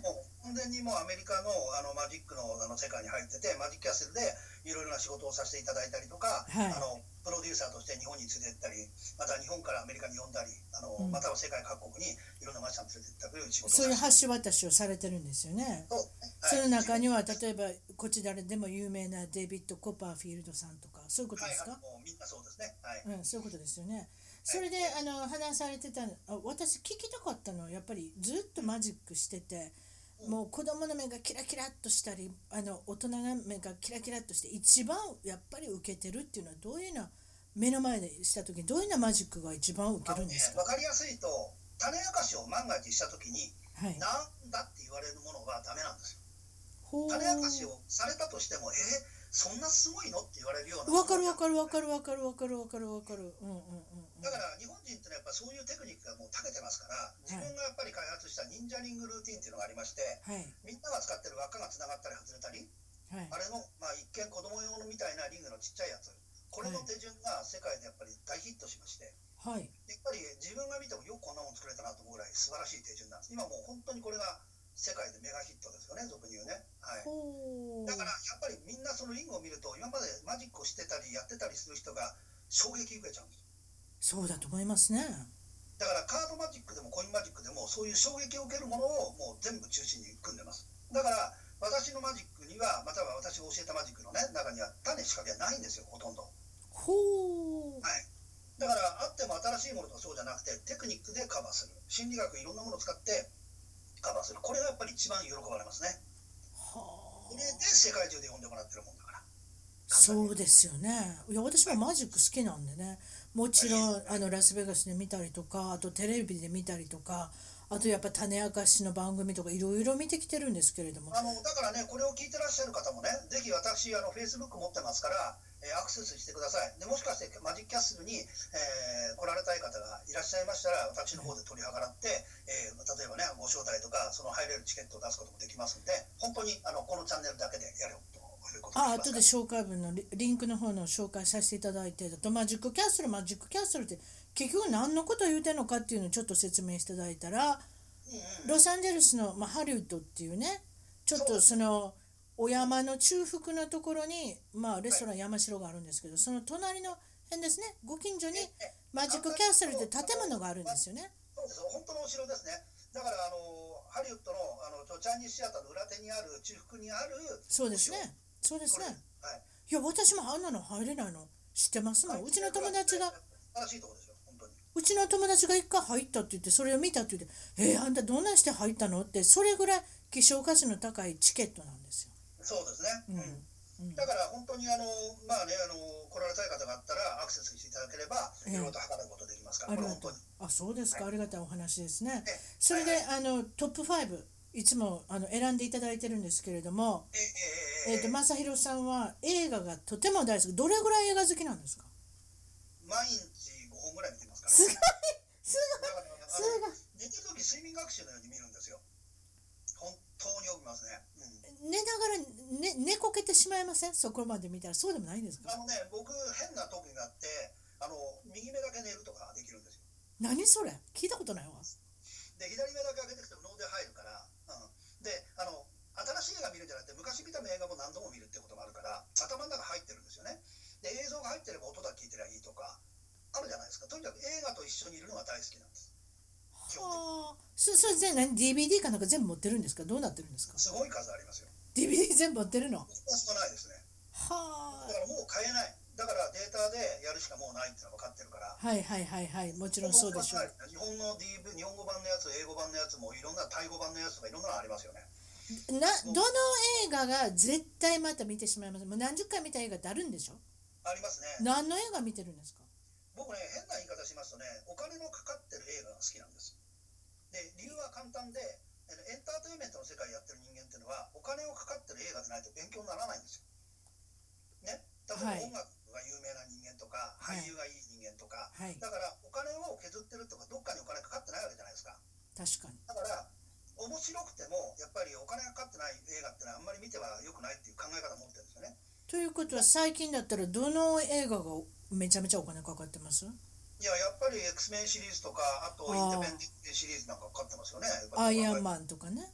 完全にもうアメリカのあのマジックのあの世界に入ってて、マジックキャッスルでいろいろな仕事をさせていただいたりとか、はい、あのプロデューサーとして日本に連れて行ったり、また日本からアメリカに呼んだり、あの、うん、または世界各国にいろんなマジシャン連れて行ったという仕事をそういう橋渡しをされてるんですよね。そう、はい、その中には例えばこちらでも有名なデビッド・コパーフィールドさんとかそういうことですか？ はい、もうみんなそうですね、はい、 うん、そういうことですよね。それで、はい、あの話されてたあ私聞きたかったのはやっぱりずっとマジックしてて、うん、もう子供の目がキラキラっとしたりあの大人の目がキラキラっとして一番やっぱり受けてるっていうのはどういうの目の前でした時にどういうようなマジックが一番受けるんですか？ わ、ね、かりやすいと種明かしを万が一した時に、はい、なんだって言われるものはダメなんですよ。種明かしをされたとしてもえーそんなすごいのって言われるような。 わかるわかるわかるわかるわかるわかるわかる。うんうんうん。 だから日本人ってのはやっぱそういうテクニックがもう長けてますから、自分がやっぱり開発した忍者リングルーティンっていうのがありまして、はい、みんなが使ってる輪っかがつながったり外れたり、はい、あれの、まあ、一見子供用のみたいなリングのちっちゃいやつ、これの手順が世界でやっぱり大ヒットしまして、はい、やっぱり自分が見てもよくこんなもの作れたなと思うぐらい素晴らしい手順なんです。今もう本当にこれが世界でメガヒットですよね、俗に言うね。はい、だからやっぱりみんなそのリングを見ると今までマジックをしてたりやってたりする人が衝撃受けちゃうんですよ。そうだと思いますね。 だからカードマジックでもコインマジックでもそういう衝撃を受けるものをもう全部中心に組んでます。だから私のマジックにはまたは私が教えたマジックの、ね、中には種仕掛けはないんですよ、ほとんど。ほう、はい、だからあっても新しいものとかそうじゃなくてテクニックでカバーする、心理学いろんなものを使ってカバーする、これがやっぱり一番喜ばれますね。はあ、これで世界中で呼んでもらってるもんだから。 そうですよね。いや私もマジック好きなんでね、もちろんあのラスベガスで見たりとか、あとテレビで見たりとか、あとやっぱ種明かしの番組とかいろいろ見てきてるんですけれども、 あのだからね、これを聞いてらっしゃる方もね、ぜひ私あの Facebook 持ってますから、えー、アクセスしてください。でもしかしてマジックキャッスルに、えー、来られたい方がいらっしゃいましたら、私の方で取り計らって、えー、例えばねご招待とかその入れるチケットを出すこともできますので、本当にあのこのチャンネルだけでやろうということです。 あ、後で紹介文のリンクの方の紹介させていただいて、とマジックキャッスルマジックキャッスルって結局何のことを言うてんのかっていうのをちょっと説明していただいたら、うんうん、ロサンゼルスの、まあ、ハリウッドっていうね、ちょっとそのお山の中腹のところに、まあ、レストラン山城があるんですけど、その隣の辺ですね、ご近所にマジックキャッスルって建物があるんですよね。 そうです、本当のお城ですね。だからあのハリウッドの、あのチャイニーズシアターの裏手にある中腹にある、 そうですね、そうですね。はい、いや私もあんなの入れないの知ってますもん。うちの友達がうちの友達が一回入ったって言って、それを見たって言って、えー、あんたどんなんして入ったのって、それぐらい希少価値の高いチケットなんですよ。 そうですね、うんうん、だから本当にあのまあね、あの来られたい方があったらアクセスしていただければいろいろと測ることできますから、えー、本当に。 あ、そうですか、はい、ありがたいお話ですね。それで、はいはい、あのトップファイブいつもあの選んでいただいてるんですけれども、えーえーえー、と正弘さんは映画がとても大好き。どれぐらい映画好きなんですか？ 毎日ごほんぐらい見てますから、 ね、すごいすごい寝てる時睡眠学習のように見るんですよ。本当によく見ますね、 うん、寝ながら、ね、寝こけてしまいません？そこまで見たら。そうでもないんですか？ あのね、僕変な時があって、あの右目だけ寝るとかできるんですよ。 何それ、聞いたことないわ。 で左目だけ開けてくと脳で入るから、うん、であの新しい映画見るんじゃなくて昔見た映画も何度も見るってことがあるから頭の中入ってるんですよね。で映像が入ってれば音だけ聞いてりゃいいとかあるじゃないですか。とにかく映画と一緒にいるのが大好きなんです。 はあ、そそれ全何 ディーブイディー かなんか全部持ってるんですか？どうなってるんですか？ すごい数ありますよ。 ディーブイディー 全部持ってるの？ 僕は少ないですね。 はあ。 だからもう買えない。だからデータでやるしかもうないっていうのは分かってるから。 はいはいはいはい、もちろんそうでしょう。 日本の ディーブイ、日本語版のやつ、英語版のやつもいろんなタイ語版のやつとかいろんなのありますよね。 などの映画が絶対また見てしまいます？もう何十回見た映画ってあるんでしょ？ ありますね。 何の映画見てるんですか？ 僕ね、変な言い方しますとね、お金のかかってる映画が好きなんです。で、理由は簡単で、エンターテインメントの世界やってる人間っていうのは、お金をかかってる映画でないと勉強にならないんですよ。ね、例えば音楽が有名な人間とか、はい、俳優がいい人間とか、はい、だからお金を削ってるとか、どっかにお金かかってないわけじゃないですか。 確かに。 だから面白くてもやっぱりお金がかかってない映画ってのはあんまり見てはよくないっていう考え方を持ってるんですよね。 ということは最近だったらどの映画がめちゃめちゃお金かかってます？ いや、やっぱり X メンシリーズとか、あとインデペンデントシリーズなんかかかってますよね。 アイアンマンとかね。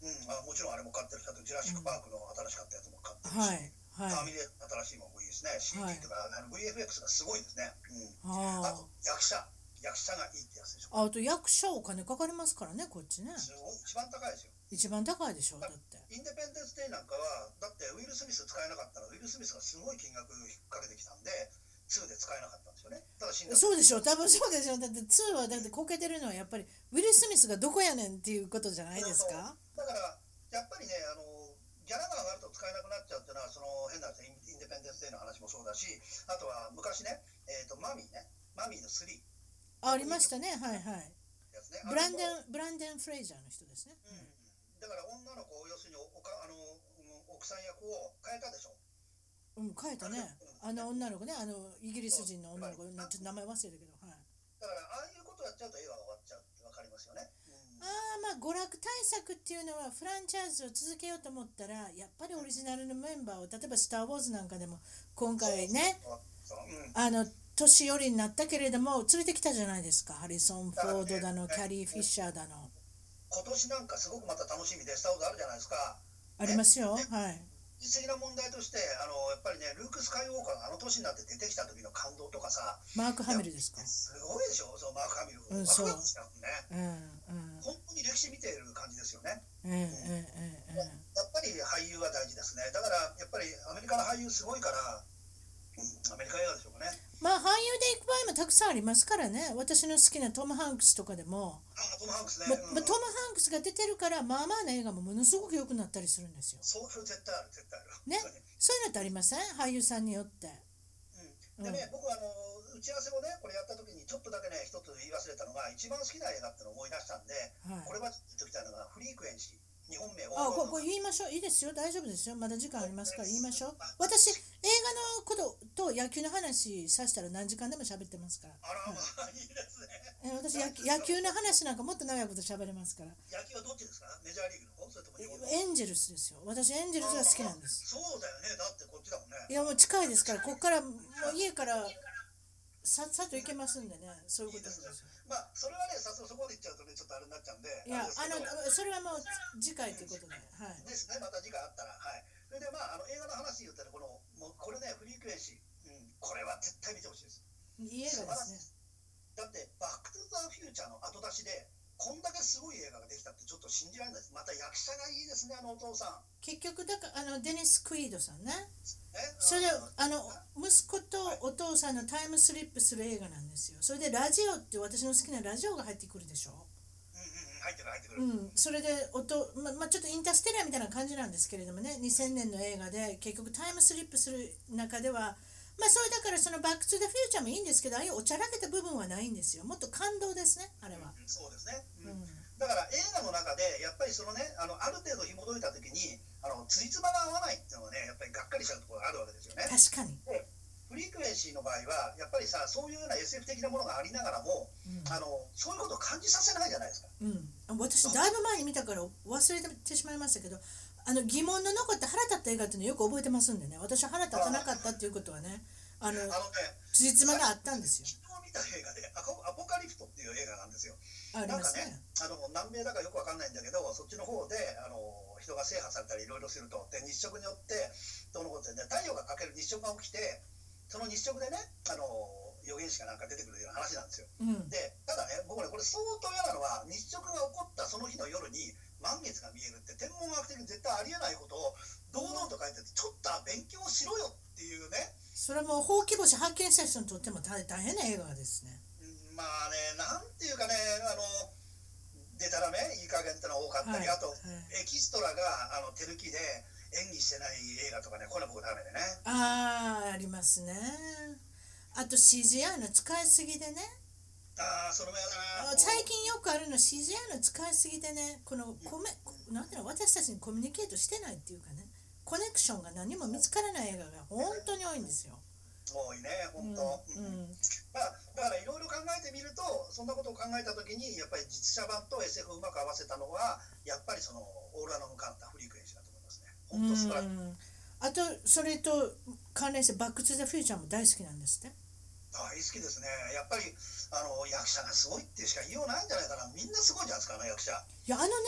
うん、あ、もちろんあれも買ってる。あとジュラシック・パークの新しかったやつも買ってるし、 はいはい、 ターミネーター新しいもんもいいですね。シーティー とか、はい、ブイエフエックス がすごいですね。うん、あと役者役者がいいってやつでしょ。 あと役者お金かかりますからね、こっちね。 すごい、一番高いですよ。 一番高いでしょ。だってインデペンデンスデーなんかはだってウィル・スミス使えなかったら、ウィル・スミスがすごい金額引っ掛けてきたんでツーで使えなかったんですよね。だから死んだ。 そうでしょ、多分そうでしょ。だってツーはだってこけてるのはやっぱりウィル・スミスがどこやねんっていうことじゃないですか。 そうそう、だからやっぱりね、あのギャラが上がると使えなくなっちゃうっていうのは、その変なインデペンデンスデーの話もそうだし、あとは昔ね、えー、とマミーね、マミーのスリーあ, ありましたね。はいはい。ブランデンブランデン・フレイジャーの人ですね。 うん、だから女の子を要するにおかあの奥さん役を変えたでしょ。 うん、変えたね。あの女の子ね、あのイギリス人の女の子、ちょっと名前忘れたけど、はい。 だからああいうことやっちゃうと映画が終わっちゃうってわかりますよね。 うん、ああ、まあ娯楽対策っていうのはフランチャイズを続けようと思ったらやっぱりオリジナルのメンバーを、例えばスター・ウォーズなんかでも今回ね、うん、あの年寄りになったけれども連れてきたじゃないですか。ハリソン・フォードだの、キャリー・フィッシャーだの。 今年なんかすごくまた楽しみでスター・ウォーズあるじゃないですか。 ありますよ、ね、はい。 実的な問題として、あのやっぱりね、ルーク・スカイウォーカーがあの年になって出てきた時の感動とかさ、 マーク・ハミルですか。 すごいでしょ、そのマーク・ハミル。 うん、そう。 ね、うんうん、本当に歴史見ている感じですよね。 うんうんうんうん、 やっぱり俳優は大事ですね。だからやっぱりアメリカの俳優すごいから、うん、アメリカ映画でしょうかね。 まあ俳優で行く場合もたくさんありますからね。私の好きなトム・ハンクスとかでも、 あ、トム・ハンクスね、 ままトム・ハンクスが出てるからまあまあな映画もものすごく良くなったりするんですよ。 そうそう、絶対ある絶対あるね。そういうのってありません？俳優さんによって。 うん、でね、うん、僕はあの打ち合わせをねこれやった時にちょっとだけね一つ言い忘れたのが、一番好きな映画ってのを思い出したんで、はい、これは言っておきたいのがフリークエンシー。日本名あ、これ言いましょう。いいですよ、大丈夫ですよ。まだ時間ありますから言いましょう。私映画のことと野球の話さしたら何時間でも喋ってますから。 あら、まあいいですね。 私野球の話なんかもっと長いこと喋れますから。 野球はどっちですか？メジャーリーグの方？それとも日本の？ エンジェルスですよ。私エンジェルスが好きなんです。 そうだよね。だってこっちだもんね。 いやもう近いですから、ここからもう家からさっさと行けますんでね。そういうことですよ。 まあそれはね、さすがそこで行っちゃうとねちょっとあれになっちゃうんで。 いや、あのそれはもう次回ということで、はい。 ですね。また次回あったら、はい。それでまああの映画の話言ったらこのもうこれね、フリークエンシー、うん、これは絶対見てほしいです。 いい映画ですね。 だってバックトゥザフューチャーの後出しでこんだけすごい映画ができたってちょっと信じられないです。また役者がいいですね、あのお父さん。 結局だからあのデニス・クイードさんね。それであの息子とお父さんのタイムスリップする映画なんですよ。それでラジオって私の好きなラジオが入ってくるでしょ。 入ってくる入ってくる。 うん、それで音、ままあ、ちょっとインターステラーみたいな感じなんですけれどもね、にせんねんの映画で結局タイムスリップする中では、まあそれだからそのバックトゥザフューチャーもいいんですけど、ああいうおちゃらけた部分はないんですよ。もっと感動ですね、あれは。 うん、そうですね。 うん、 だから映画の中でやっぱりそのね、あのある程度紐解いた時にあのついつまが合わないっていうのはね、やっぱりがっかりしちゃうところがあるわけですよね。 確かに。 でフリークエンシーの場合はやっぱりさ、そういうような エスエフ 的なものがありながらも、うん、あのそういうことを感じさせないじゃないですか。 うん、私だいぶ前に見たから忘れてしまいましたけど、あの疑問の残って腹立った映画っていうのよく覚えてますんでね。私は腹立たなかったっていうことはね、あのつじつまがあったんですよ。 昨日見た映画でアポカリプトっていう映画なんですよ。 ありますね。 なんかね、あの南米だかよくわかんないんだけど、そっちの方であの人が制覇されたりいろいろすると、で日食によってどうのことで、ね、太陽がかける日食が起きて、その日食でね、あの預言者かなんか出てくるような話なんですよ。うん、でただね、僕ねこれ相当嫌なのは、日食が起こったその日の夜に満月が見えるって天文学的に絶対ありえないことを堂々と書いてて、ちょっと勉強しろよっていうね。 それもほうき星発見した人にとっても大変な映画ですね。 まあね、なんていうかね、あのでたらめいい加減ってのが多かったり、はい、あと、はい、エキストラがあの手抜きで演技してない映画とかね、これ僕ダメでね。 ああ、ありますね。あと シージーアイ の使いすぎでね。 ああ、それもやだな。 最近よくあるの シージーアイ の使いすぎでね、このコメ、うん、なんていうの、私たちにコミュニケートしてないっていうかね、コネクションが何も見つからない映画が本当に多いんですよ。 多いね、本当。うんうん、まあ、だからいろいろ考えてみると、そんなことを考えたときにやっぱり実写版と エスエフ をうまく合わせたのはやっぱりそのオーラノムカンタフリークエンシーだと思いますね。本当素晴らしい。 あとそれと関連してバック・トゥ・ザ・フューチャーも大好きなんですって。 大好きですね。やっぱりあの役者がすごいっていうしか言いようないんじゃないかな。みんなすごいじゃないですか、あの役者。 いや、あのね、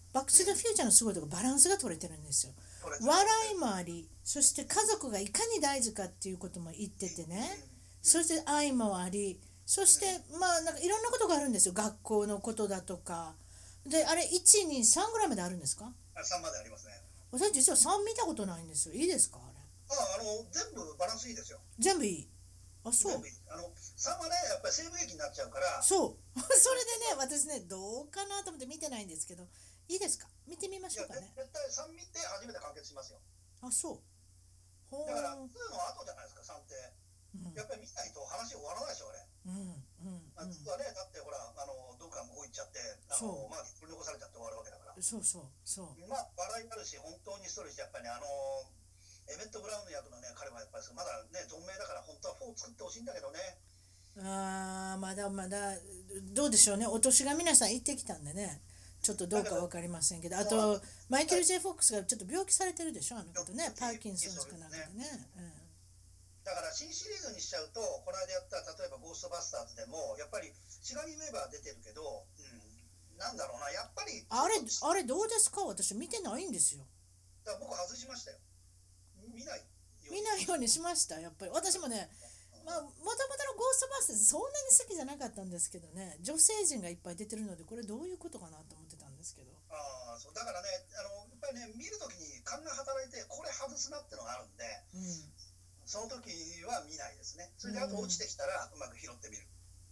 バック・トゥ・ザ・フューチャーのすごいところバランスが取れてるんですよ。笑いもあり、そして家族がいかに大事かっていうことも言っててね、そして愛もあり、そしてまあなんかいろんなことがあるんですよ。学校のことだとかで、あれいち、に、さんぐらいまであるんですか？ さんまでありますね。 私実はさん見たことないんですよ。いいですかあれ？ ああ、の全部バランスいいですよ。 全部いい。あ、そう。 全部いい。あのさんはねやっぱり西部劇になっちゃうから。 そうそれでね、私ねどうかなと思って見てないんですけど、いいですか？見てみましょうかね。 絶対さん見て初めて完結しますよ。 あ、そう。 ほだからにの後じゃないですかさんって、うん、やっぱり見ないと話終わらないでしょあれ。うんうんうん。実はね、だってほらあのどっか向こう行っちゃってあのまあ取り残されちゃって終わるわけだから。 そうそうそう。 まあ笑いになるし本当にストレスやっぱりねあのエメット・ブラウンの役のね彼はやっぱりまだね存命だから本当はフォー作ってほしいんだけどね。 ああまだまだどうでしょうね。お年が皆さん行ってきたんでね。ちょっとどうか分かりませんけど、あとマイケル・ジェイ・フォックスがちょっと病気されてるでしょあの方ね、パーキンソンズかなんかでね、うん、 だから新シリーズにしちゃうとこの間やった例えばゴーストバスターズでもやっぱりシガニー・ウェーバー出てるけど、うん、なんだろうなやっぱりあれあれどうですか？私見てないんですよ。 だから僕外しましたよ。見ないように見ないようにしました。やっぱり私もね、まあ、もともとのゴーストバスターズそんなに好きじゃなかったんですけどね、女性陣がいっぱい出てるのでこれどういうことかなと思ってたんですけど。 あそうだからねあのやっぱりね見るときに勘が働いてこれ外すなってのがあるんで、うん、その時は見ないですね。それであと落ちてきたらうまく拾ってみる。 うん、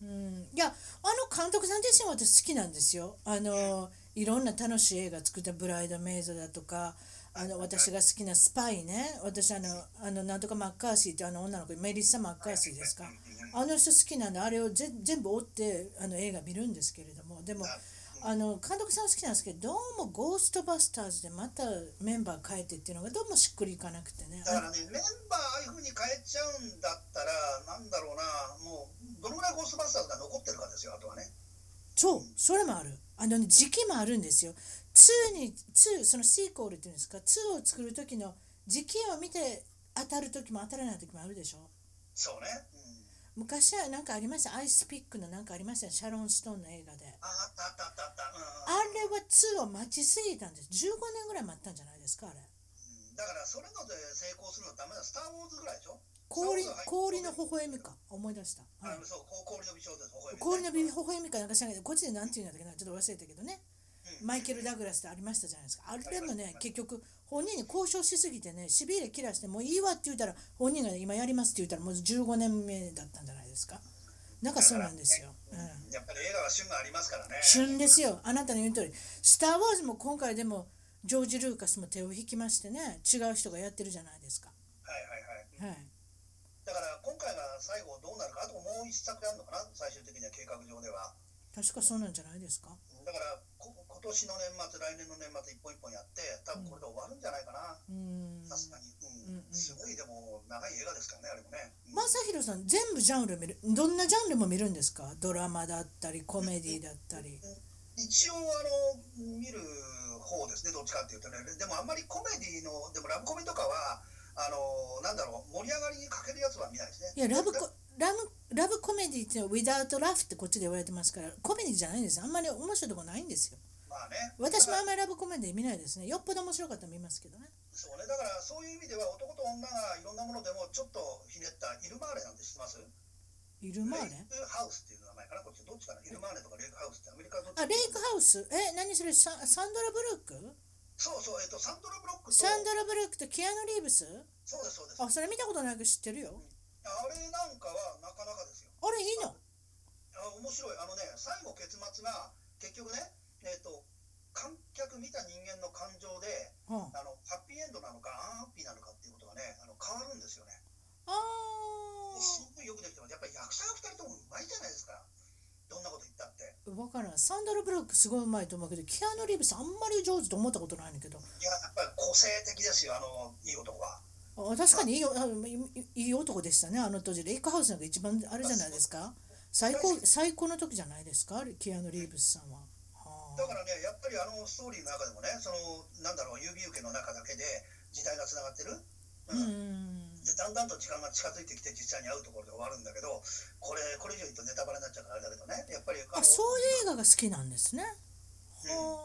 いやあの監督さん自身は私好きなんですよ。あのいろんな楽しい映画作ったブライドメイドだとか、あの私が好きなスパイね、私あのあのなんとかマッカーシーってあの女の子メリッサ・マッカーシーですか、あの人好きなんであれをぜ全部追ってあの映画見るんですけれども、でもあの監督さん好きなんですけど、どうもゴーストバスターズでまたメンバー変えてっていうのがどうもしっくりいかなくてね。 だからねメンバーああいう風に変えちゃうんだったらなんだろうな、もうどのぐらいゴーストバスターズが残ってるかですよ。あとはね、 そうそれもある。あの、ね、時期もあるんですよ。ににそのシーコールっていうんですか、にを作る時の時期を見て当たる時も当たらない時もあるでしょ。 そうね、 うん、昔はなんかありました、アイスピックのなんかありましたよ、シャロン・ストーンの映画で。 あったあったあったあった、 うん、あれはにを待ちすぎたんです。じゅうごねんぐらい待ったんじゃないですかあれ、 うん、だからそれので成功するのダメだ。スター・ウォーズぐらいでしょ。 氷, 氷の微笑みか思い出した、 はい、あそう氷の微笑です。 氷の微笑みかなんか知らないけど、こっちでなんていうんだっけな、ちょっと忘れたけどね、うん、マイケル・ダグラスってありましたじゃないですか。あれもね、結局本人に交渉しすぎてね、しびれ切らしてもういいわって言ったら、本人が、ね、今やりますって言ったらもうじゅうごねんめだったんじゃないですか。なんかそうなんですよ、 うん、やっぱり映画は旬がありますからね。 旬ですよ。あなたの言う通り、スター・ウォーズも今回でもジョージ・ルーカスも手を引きましてね、違う人がやってるじゃないですか。 はいはいはい、はい、だから今回が最後どうなるか、あともう一作やるのかな、最終的には計画上では。 確かそうなんじゃないですか。 だからこ今年の年末、来年の年末一本一本やって、多分これで終わるんじゃないかな。さすがに、うんうん、すごいでも長い映画ですからね、あれもね。 正弘さん、全部ジャンル見る、どんなジャンルも見るんですか？ドラマだったりコメディだったり。 一応あの見る方ですね、どっちかっていうとね。でもあんまりコメディの、でもラブコメとかはあのなんだろう、盛り上がりに欠けるやつは見ないですね。 いや、ラブコラブラブコメディっていうのは without laugh ってこっちで言われてますから、コメディじゃないんです。あんまり面白いとこないんですよ。 まあね、 私もあんまりラブコメディ見ないですね。よっぽど面白かったら見ますけどね。 そうね、だからそういう意味では男と女がいろんなものでもちょっとひねったイルマーレなんて知ってます？ イルマーレ？ レイクハウスっていう名前かな、こっちどっちかな。イルマーレとかレイクハウスってアメリカどっち？ あ、レイクハウス？え、何それ、ササンドラ・ブルック？ そうそう、えっとサンドラ・ブロックとサンドラ・ブルックとキアヌ・リーブス？ そうですそうです。 あ、それ見たことないけど知ってるよ。うん、 あれなんかはなかなかですよ。 あれいいの？ あ、面白い。あのね、最後結末が結局ね、えっと観客見た人間の感情で、うん、あのハッピーエンドなのかアンハッピーなのかっていうことがね、あの変わるんですよね。ああ。すごいよくできてます。やっぱり役者がふたりともうまいじゃないですか。どんなこと言ったって。 分からない。サンドラ・ブロックすごいうまいと思うけど、キアヌ・リーブスあんまり上手と思ったことないんだけど。いや、やっぱり個性的ですよ、あのいい男は。 あ、確かにいいよ、あいい男でしたね、あの当時。レイクハウスなんか一番あれじゃないですか。最高最高の時じゃないですか、キアヌ・リーブスさんは。 だからね、やっぱりあのストーリーの中でもね、そのなんだろう、指受けの中だけで時代がつながってる、うん、でだんだんと時間が近づいてきて実際に会うところで終わるんだけど、これこれ以上言うとネタバレになっちゃうからあれだけどね、やっぱりあそういう映画が好きなんですね。 うん、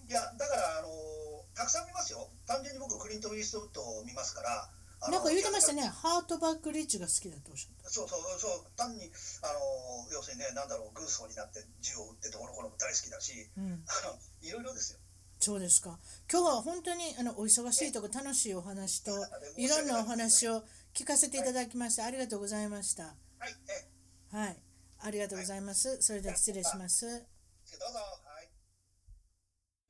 いやだからあのたくさん見ますよ。単純に僕クリント・イーストウッドを見ますから。 なんか言ってましたね、ハートバックリッジが好きだとおっしゃった。 そうそうそう、単にあの要するにね、なんだろう、軍曹になって銃を撃ってどこのこのも大好きだし、うん、いろいろですよ。 そうですか。今日は本当にあのお忙しいとこ楽しいお話といろんなお話を聞かせていただきまして、はい、ありがとうございました。はい、はい、ありがとうございます。はい、それでは失礼します。どうぞ。はい、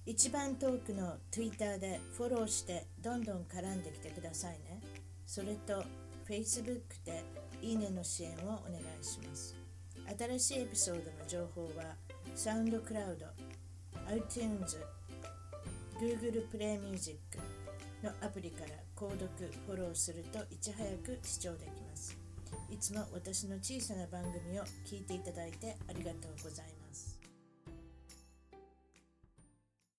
一番トークの Twitter でフォローしてどんどん絡んできてくださいね。それと Facebook でいいねの支援をお願いします。新しいエピソードの情報は SoundCloud、iTunes、Google プレイミュージックのアプリから購読、フォローするといち早く視聴できます。いつも私の小さな番組を聞いていただいてありがとうございます。